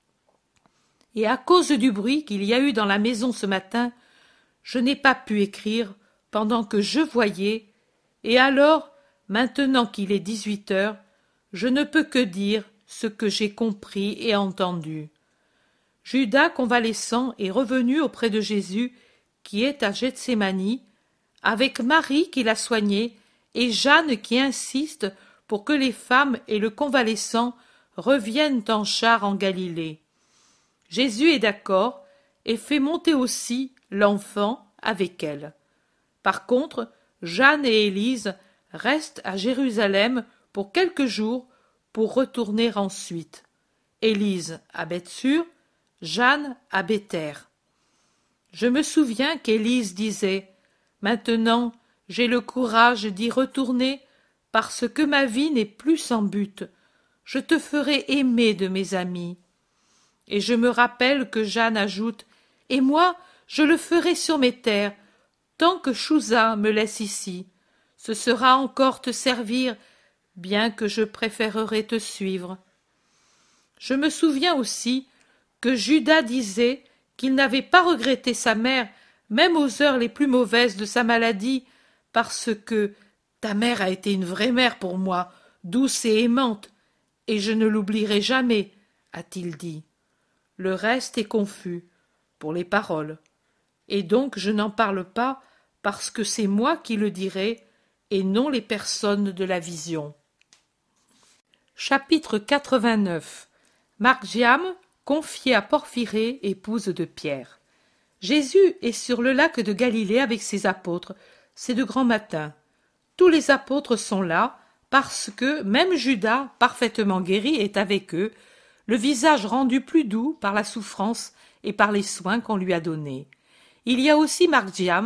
Et à cause du bruit qu'il y a eu dans la maison ce matin, je n'ai pas pu écrire pendant que je voyais, et alors, maintenant qu'il est dix-huit heures, je ne peux que dire ce que j'ai compris et entendu. Judas convalescent est revenu auprès de Jésus, qui est à Gethsémani, avec Marie qui l'a soigné, et Jeanne qui insiste pour que les femmes et le convalescent reviennent en char en Galilée. Jésus est d'accord et fait monter aussi l'enfant avec elle. Par contre, Jeanne et Élise restent à Jérusalem pour quelques jours pour retourner ensuite. Élise à Bethsur, Jeanne à Béther. Je me souviens qu'Élise disait « Maintenant, j'ai le courage d'y retourner parce que ma vie n'est plus sans but. Je te ferai aimer de mes amis. » Et je me rappelle que Jeanne ajoute « Et moi, je le ferai sur mes terres, tant que Chouza me laisse ici. Ce sera encore te servir, bien que je préférerais te suivre. » Je me souviens aussi que Judas disait qu'il n'avait pas regretté sa mère, même aux heures les plus mauvaises de sa maladie, parce que ta mère a été une vraie mère pour moi, douce et aimante, et je ne l'oublierai jamais, a-t-il dit. Le reste est confus, pour les paroles, et donc je n'en parle pas parce que c'est moi qui le dirai, et non les personnes de la vision. Chapitre quatre-vingt-neuf. Margiam, confiée à Porphyrée, épouse de Pierre. Jésus est sur le lac de Galilée avec ses apôtres. C'est de grand matin. Tous les apôtres sont là, parce que même Judas, parfaitement guéri, est avec eux, le visage rendu plus doux par la souffrance et par les soins qu'on lui a donnés. Il y a aussi Margiam,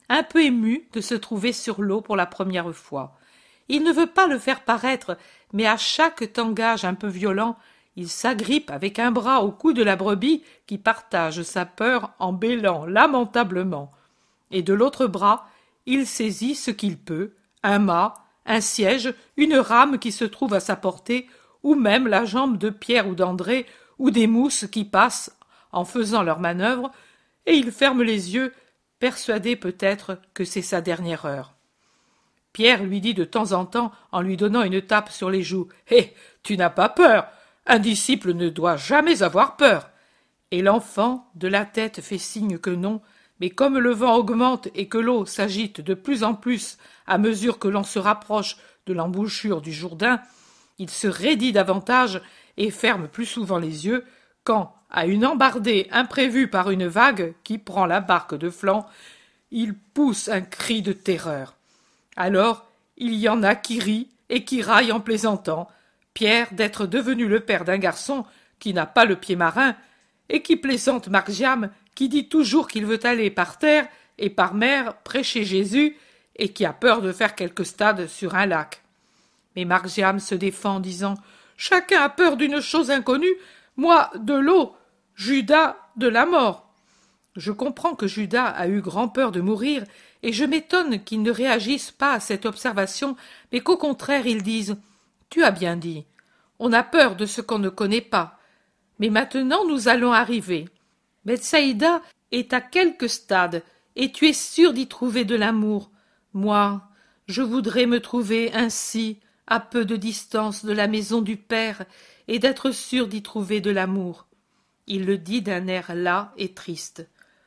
un peu ému de se trouver sur l'eau pour la première fois. Il ne veut pas le faire paraître, mais à chaque tangage un peu violent, il s'agrippe avec un bras au cou de la brebis qui partage sa peur en bêlant lamentablement. Et de l'autre bras, il saisit ce qu'il peut, un mât, un siège, une rame qui se trouve à sa portée, ou même la jambe de Pierre ou d'André, ou des mousses qui passent en faisant leur manœuvre, et il ferme les yeux, persuadé peut-être que c'est sa dernière heure. Pierre lui dit de temps en temps, en lui donnant une tape sur les joues, « Hé, tu n'as pas peur, un disciple ne doit jamais avoir peur !» Et l'enfant, de la tête, fait signe que non, mais comme le vent augmente et que l'eau s'agite de plus en plus à mesure que l'on se rapproche de l'embouchure du Jourdain, il se raidit davantage et ferme plus souvent les yeux quand, à une embardée imprévue par une vague qui prend la barque de flanc, il pousse un cri de terreur. Alors, il y en a qui rient et qui raillent en plaisantant, Pierre d'être devenu le père d'un garçon qui n'a pas le pied marin, et qui plaisante Margiam, qui dit toujours qu'il veut aller par terre et par mer prêcher Jésus, et qui a peur de faire quelques stades sur un lac. Mais Margiam se défend en disant « Chacun a peur d'une chose inconnue, moi de l'eau, Judas de la mort. » Je comprends que Judas a eu grand peur de mourir, et je m'étonne qu'ils ne réagissent pas à cette observation, mais qu'au contraire ils disent « Tu as bien dit, on a peur de ce qu'on ne connaît pas. Mais maintenant nous allons arriver. Bethsaïda est à quelques stades, et tu es sûr d'y trouver de l'amour. Moi, je voudrais me trouver ainsi, à peu de distance de la maison du Père, et d'être sûr d'y trouver de l'amour. » Il le dit d'un air las et triste.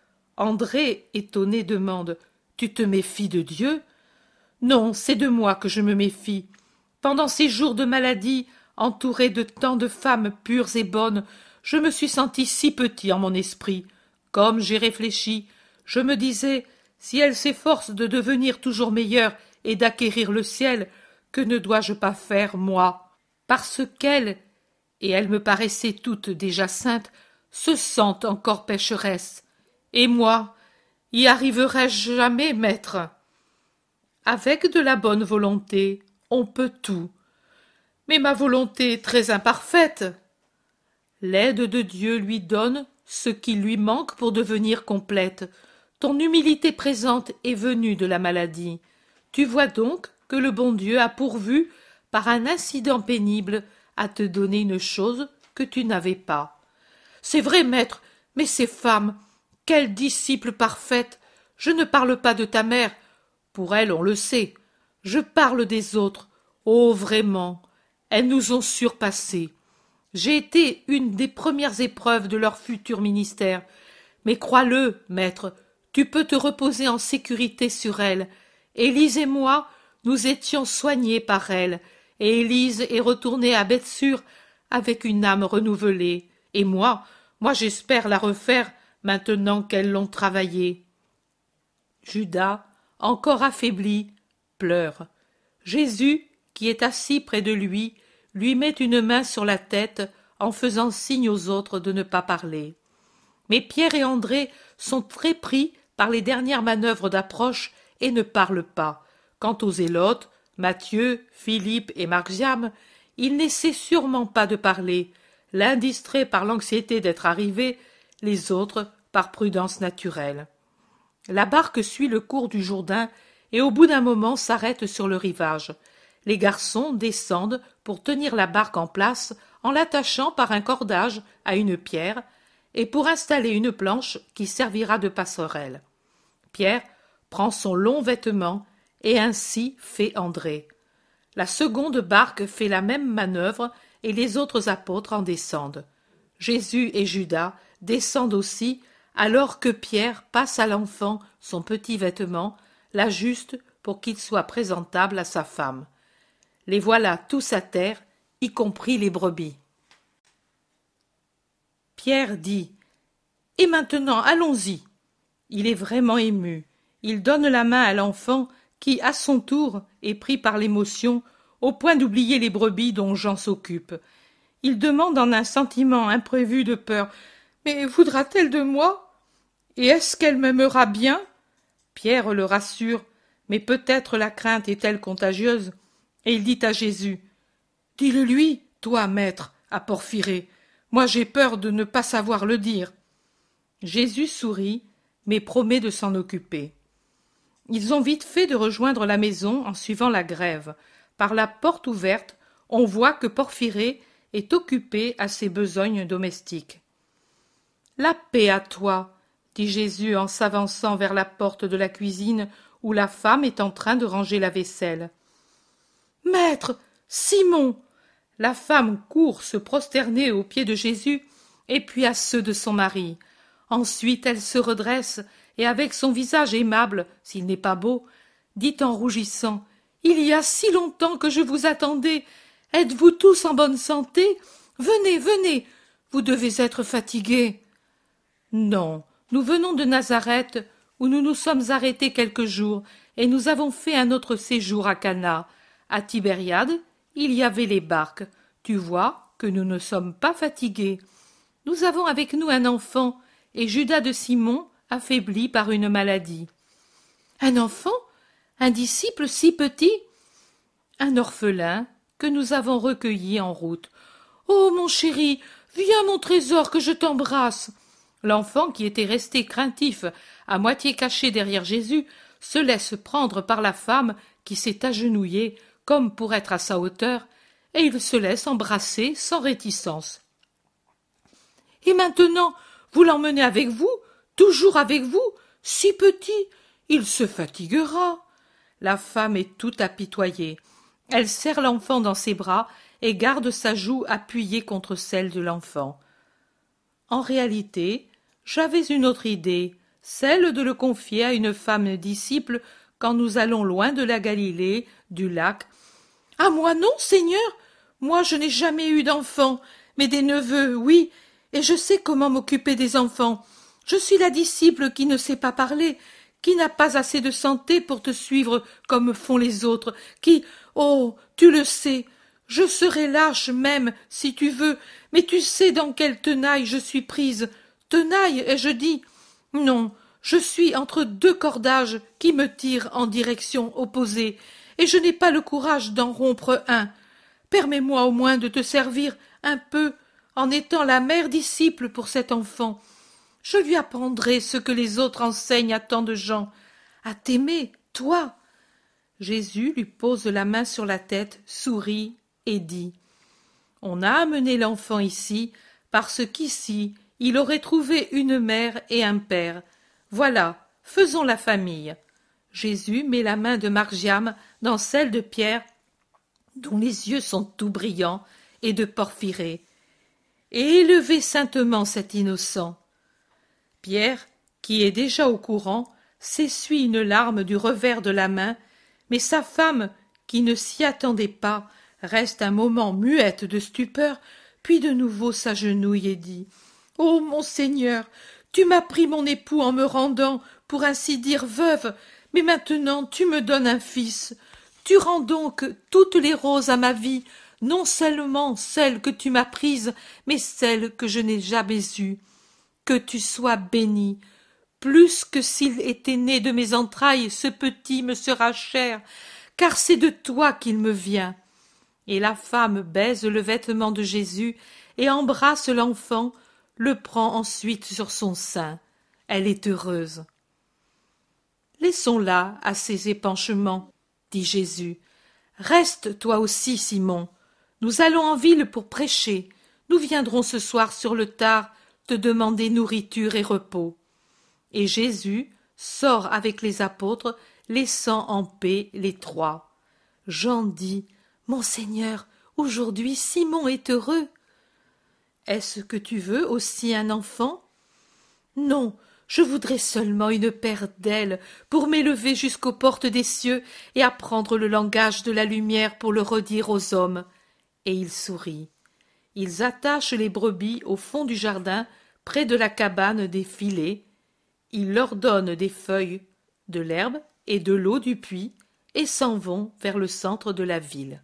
André, étonné, demande « Tu te méfies de Dieu ?» « Non, c'est de moi que je me méfie. Pendant ces jours de maladie, entouré de tant de femmes pures et bonnes, je me suis senti si petit en mon esprit. Comme j'ai réfléchi, je me disais, si elle s'efforce de devenir toujours meilleure et d'acquérir le ciel, que ne dois-je pas faire, moi? Parce qu'elle, et elle me paraissait toute déjà sainte, se sent encore pécheresse. Et moi, y arriverai-je jamais, maître? Avec de la bonne volonté, on peut tout. Mais ma volonté est très imparfaite. L'aide de Dieu lui donne ce qui lui manque pour devenir complète. Ton humilité présente est venue de la maladie. Tu vois donc que le bon Dieu a pourvu, par un incident pénible, à te donner une chose que tu n'avais pas. C'est vrai, maître, mais ces femmes, quelle disciple parfaite! Je ne parle pas de ta mère, pour elle on le sait. Je parle des autres. Oh, vraiment, elles nous ont surpassés. J'ai été une des premières épreuves de leur futur ministère. Mais crois-le, maître, tu peux te reposer en sécurité sur elles. Élise et moi, nous étions soignés par elles, et Élise est retournée à Bethsur avec une âme renouvelée. Et moi, moi j'espère la refaire maintenant qu'elles l'ont travaillée. Judas, encore affaibli, pleure. Jésus, qui est assis près de lui, lui met une main sur la tête en faisant signe aux autres de ne pas parler. Mais Pierre et André sont très pris par les dernières manœuvres d'approche et ne parlent pas. Quant aux zélotes, Matthieu, Philippe et Margiam, ils n'essaient sûrement pas de parler, l'un distrait par l'anxiété d'être arrivé, les autres par prudence naturelle. La barque suit le cours du Jourdain et au bout d'un moment s'arrête sur le rivage. Les garçons descendent pour tenir la barque en place en l'attachant par un cordage à une pierre et pour installer une planche qui servira de passerelle. Pierre prend son long vêtement et ainsi fait André. La seconde barque fait la même manœuvre et les autres apôtres en descendent. Jésus et Judas descendent aussi alors que Pierre passe à l'enfant son petit vêtement, l'ajuste pour qu'il soit présentable à sa femme. Les voilà tous à terre, y compris les brebis. Pierre dit « Et maintenant, allons-y !» Il est vraiment ému. Il donne la main à l'enfant qui, à son tour, est pris par l'émotion au point d'oublier les brebis dont Jean s'occupe. Il demande en un sentiment imprévu de peur « Mais voudra-t-elle de moi? Et est-ce qu'elle m'aimera bien ?» Pierre le rassure, mais peut-être la crainte est-elle contagieuse, et il dit à Jésus, « Dis-le-lui, toi, maître, à Porphyrée, moi j'ai peur de ne pas savoir le dire. » Jésus sourit, mais promet de s'en occuper. Ils ont vite fait de rejoindre la maison en suivant la grève. Par la porte ouverte, on voit que Porphyrée est occupé à ses besognes domestiques. « La paix à toi !» dit Jésus en s'avançant vers la porte de la cuisine où la femme est en train de ranger la vaisselle. « Maître, Simon !» La femme court se prosterner aux pieds de Jésus et puis à ceux de son mari. Ensuite elle se redresse et avec son visage aimable, s'il n'est pas beau, dit en rougissant, « Il y a si longtemps que je vous attendais. Êtes-vous tous en bonne santé? Venez, venez, vous devez être fatigués. » « Non, nous venons de Nazareth, où nous nous sommes arrêtés quelques jours, et nous avons fait un autre séjour à Cana. À Tibériade, il y avait les barques. Tu vois que nous ne sommes pas fatigués. Nous avons avec nous un enfant, et Judas de Simon, affaibli par une maladie. »« Un enfant? Un disciple si petit ?»« Un orphelin que nous avons recueilli en route. »« Oh, mon chéri, viens mon trésor que je t'embrasse !» L'enfant, qui était resté craintif, à moitié caché derrière Jésus, se laisse prendre par la femme qui s'est agenouillée, comme pour être à sa hauteur, et il se laisse embrasser sans réticence. « Et maintenant, vous l'emmenez avec vous, toujours avec vous, si petit, il se fatiguera. » La femme est tout apitoyée. Elle serre l'enfant dans ses bras et garde sa joue appuyée contre celle de l'enfant. En réalité, j'avais une autre idée, celle de le confier à une femme disciple quand nous allons loin de la Galilée, du lac. « À moi non, Seigneur, moi je n'ai jamais eu d'enfants, mais des neveux, oui, et je sais comment m'occuper des enfants. Je suis la disciple qui ne sait pas parler, qui n'a pas assez de santé pour te suivre comme font les autres, qui, oh, tu le sais, je serai lâche même, si tu veux, mais tu sais dans quelle tenaille je suis prise. Tenaille, ai-je dit? Non, je suis entre deux cordages qui me tirent en direction opposée, et je n'ai pas le courage d'en rompre un. Permets-moi au moins de te servir un peu, en étant la mère disciple pour cet enfant. Je lui apprendrai ce que les autres enseignent à tant de gens, à t'aimer, toi. » Jésus lui pose la main sur la tête, sourit et dit, « On a amené l'enfant ici parce qu'ici il aurait trouvé une mère et un père. Voilà, faisons la famille. » Jésus met la main de Margiam dans celle de Pierre, dont les yeux sont tout brillants, et de Porphyrée. Et élevez saintement cet innocent. Pierre, qui est déjà au courant, s'essuie une larme du revers de la main, mais sa femme, qui ne s'y attendait pas, reste un moment muette de stupeur, puis de nouveau s'agenouille et dit « Ô mon Seigneur, tu m'as pris mon époux en me rendant, pour ainsi dire, veuve, mais maintenant tu me donnes un fils. Tu rends donc toutes les roses à ma vie, non seulement celles que tu m'as prises, mais celles que je n'ai jamais eues. Que tu sois béni. Plus que s'il était né de mes entrailles, ce petit me sera cher, car c'est de toi qu'il me vient. » Et la femme baise le vêtement de Jésus et embrasse l'enfant, le prend ensuite sur son sein. Elle est heureuse. « Laissons-la à ses épanchements, » dit Jésus. « Reste toi aussi, Simon. Nous allons en ville pour prêcher. Nous viendrons ce soir sur le tard te demander nourriture et repos. » Et Jésus sort avec les apôtres, laissant en paix les trois. Jean dit, « Mon Seigneur, aujourd'hui Simon est heureux. » « Est-ce que tu veux aussi un enfant ? » ?»« Non, je voudrais seulement une paire d'ailes pour m'élever jusqu'aux portes des cieux et apprendre le langage de la lumière pour le redire aux hommes. » Et il sourit. Ils attachent les brebis au fond du jardin, près de la cabane des filets. Ils leur donnent des feuilles, de l'herbe et de l'eau du puits et s'en vont vers le centre de la ville.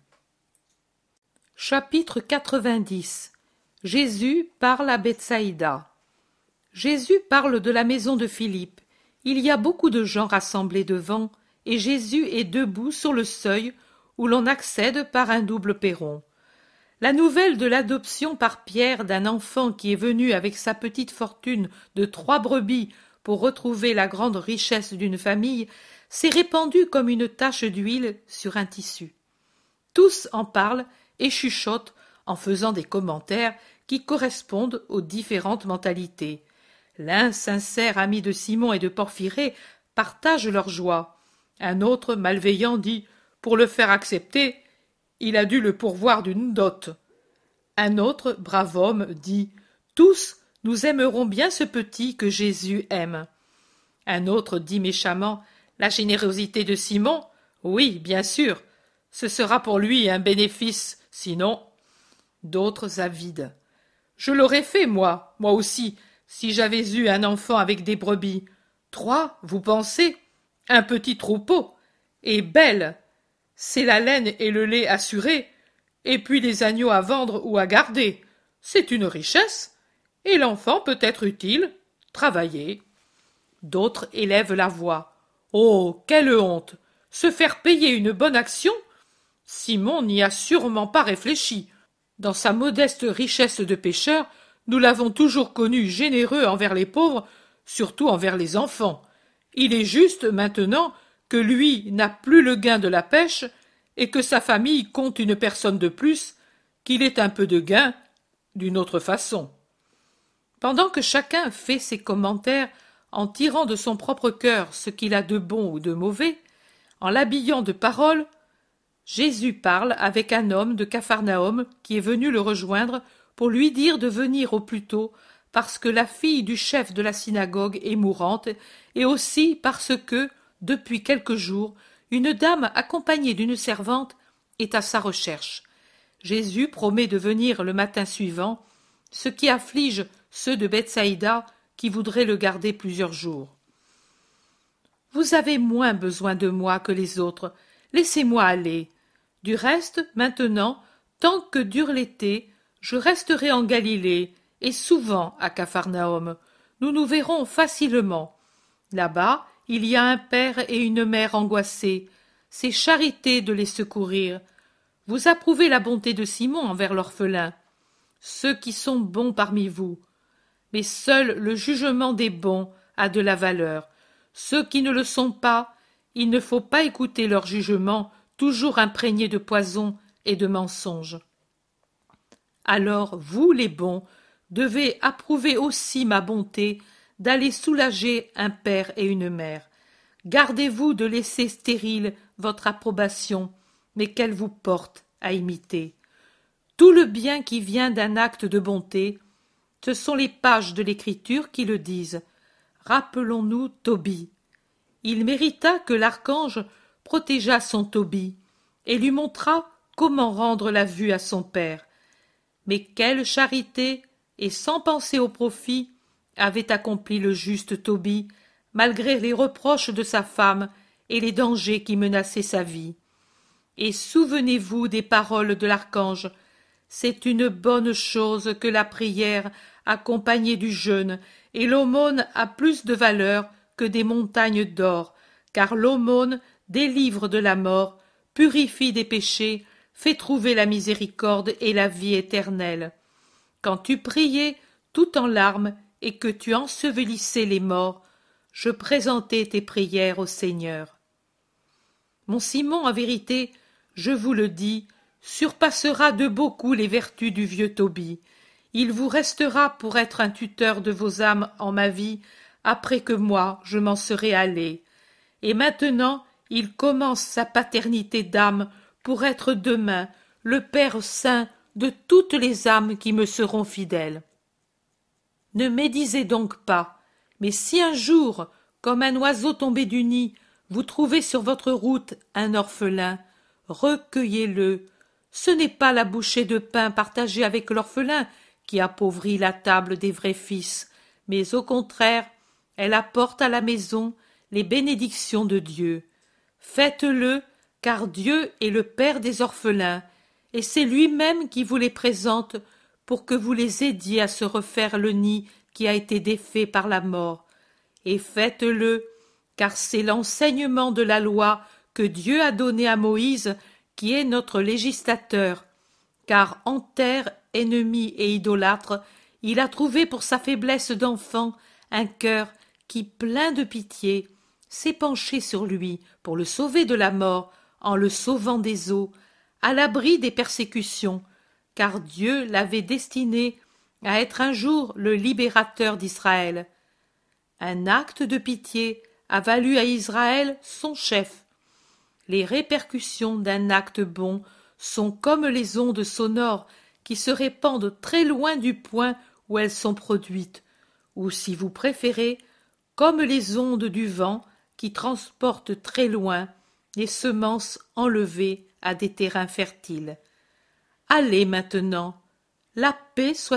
Chapitre quatre-vingt-dix. Jésus parle à Bethsaïda. Jésus parle de la maison de Philippe. Il y a beaucoup de gens rassemblés devant, et Jésus est debout sur le seuil où l'on accède par un double perron. La nouvelle de l'adoption par Pierre d'un enfant qui est venu avec sa petite fortune de trois brebis pour retrouver la grande richesse d'une famille s'est répandue comme une tache d'huile sur un tissu. Tous en parlent et chuchotent en faisant des commentaires qui correspondent aux différentes mentalités. L'un, sincère ami de Simon et de Porphyrée, partage leur joie. Un autre, malveillant, dit « Pour le faire accepter, il a dû le pourvoir d'une dot. » Un autre, brave homme, dit « Tous, nous aimerons bien ce petit que Jésus aime. » Un autre dit méchamment « La générosité de Simon? Oui, bien sûr. Ce sera pour lui un bénéfice, sinon. » D'autres avides. « Je l'aurais fait, moi, moi aussi, si j'avais eu un enfant avec des brebis. Trois, vous pensez? Un petit troupeau. Et belle. C'est la laine et le lait assurés, et puis les agneaux à vendre ou à garder. C'est une richesse. Et l'enfant peut être utile, travailler. » D'autres élèvent la voix. « Oh, quelle honte! Se faire payer une bonne action? Simon n'y a sûrement pas réfléchi. Dans sa modeste richesse de pêcheur, nous l'avons toujours connu généreux envers les pauvres, surtout envers les enfants. Il est juste, maintenant, que lui n'a plus le gain de la pêche et que sa famille compte une personne de plus, qu'il ait un peu de gain d'une autre façon. » Pendant que chacun fait ses commentaires en tirant de son propre cœur ce qu'il a de bon ou de mauvais, en l'habillant de paroles, Jésus parle avec un homme de Capharnaüm qui est venu le rejoindre pour lui dire de venir au plus tôt parce que la fille du chef de la synagogue est mourante et aussi parce que, depuis quelques jours, une dame accompagnée d'une servante est à sa recherche. Jésus promet de venir le matin suivant, ce qui afflige ceux de Bethsaïda qui voudraient le garder plusieurs jours. « Vous avez moins besoin de moi que les autres, laissez-moi aller. Du reste, maintenant, tant que dure l'été, je resterai en Galilée, et souvent à Capharnaüm. Nous nous verrons facilement. Là-bas, il y a un père et une mère angoissés. C'est charité de les secourir. Vous approuvez la bonté de Simon envers l'orphelin. Ceux qui sont bons parmi vous. Mais seul le jugement des bons a de la valeur. Ceux qui ne le sont pas, il ne faut pas écouter leur jugement, toujours imprégné de poison et de mensonges. Alors, vous, les bons, devez approuver aussi ma bonté d'aller soulager un père et une mère. Gardez-vous de laisser stérile votre approbation, mais qu'elle vous porte à imiter. Tout le bien qui vient d'un acte de bonté, ce sont les pages de l'Écriture qui le disent. Rappelons-nous Tobie. Il mérita que l'archange protégeât son Tobie et lui montra comment rendre la vue à son père. Mais quelle charité, et sans penser au profit, avait accompli le juste Tobie, malgré les reproches de sa femme et les dangers qui menaçaient sa vie. Et souvenez-vous des paroles de l'archange. C'est une bonne chose que la prière accompagnée du jeûne, et l'aumône a plus de valeur que des montagnes d'or, car l'aumône délivre de la mort, purifie des péchés, fait trouver la miséricorde et la vie éternelle. Quand tu priais tout en larmes et que tu ensevelissais les morts, je présentais tes prières au Seigneur. Mon Simon, en vérité, je vous le dis, surpassera de beaucoup les vertus du vieux Tobie. Il vous restera pour être un tuteur de vos âmes en ma vie, après que moi je m'en serai allé. Et maintenant il commence sa paternité d'âme pour être demain le Père saint de toutes les âmes qui me seront fidèles. Ne médisez donc pas, mais si un jour, comme un oiseau tombé du nid, vous trouvez sur votre route un orphelin, recueillez-le. Ce n'est pas la bouchée de pain partagée avec l'orphelin qui appauvrit la table des vrais fils, mais au contraire, elle apporte à la maison les bénédictions de Dieu. Faites-le, car Dieu est le Père des orphelins, et c'est lui-même qui vous les présente pour que vous les aidiez à se refaire le nid qui a été défait par la mort. et faites-le, car c'est l'enseignement de la loi que Dieu a donné à Moïse, qui est notre législateur. Car en terre, ennemi et idolâtre, il a trouvé pour sa faiblesse d'enfant un cœur qui, plein de pitié, s'est penché sur lui pour le sauver de la mort, en le sauvant des eaux, à l'abri des persécutions, car Dieu l'avait destiné à être un jour le libérateur d'Israël. Un acte de pitié a valu à Israël son chef. Les répercussions d'un acte bon sont comme les ondes sonores qui se répandent très loin du point où elles sont produites, ou si vous préférez, comme les ondes du vent qui transportent très loin les semences enlevées à des terrains fertiles. Allez maintenant, la paix soit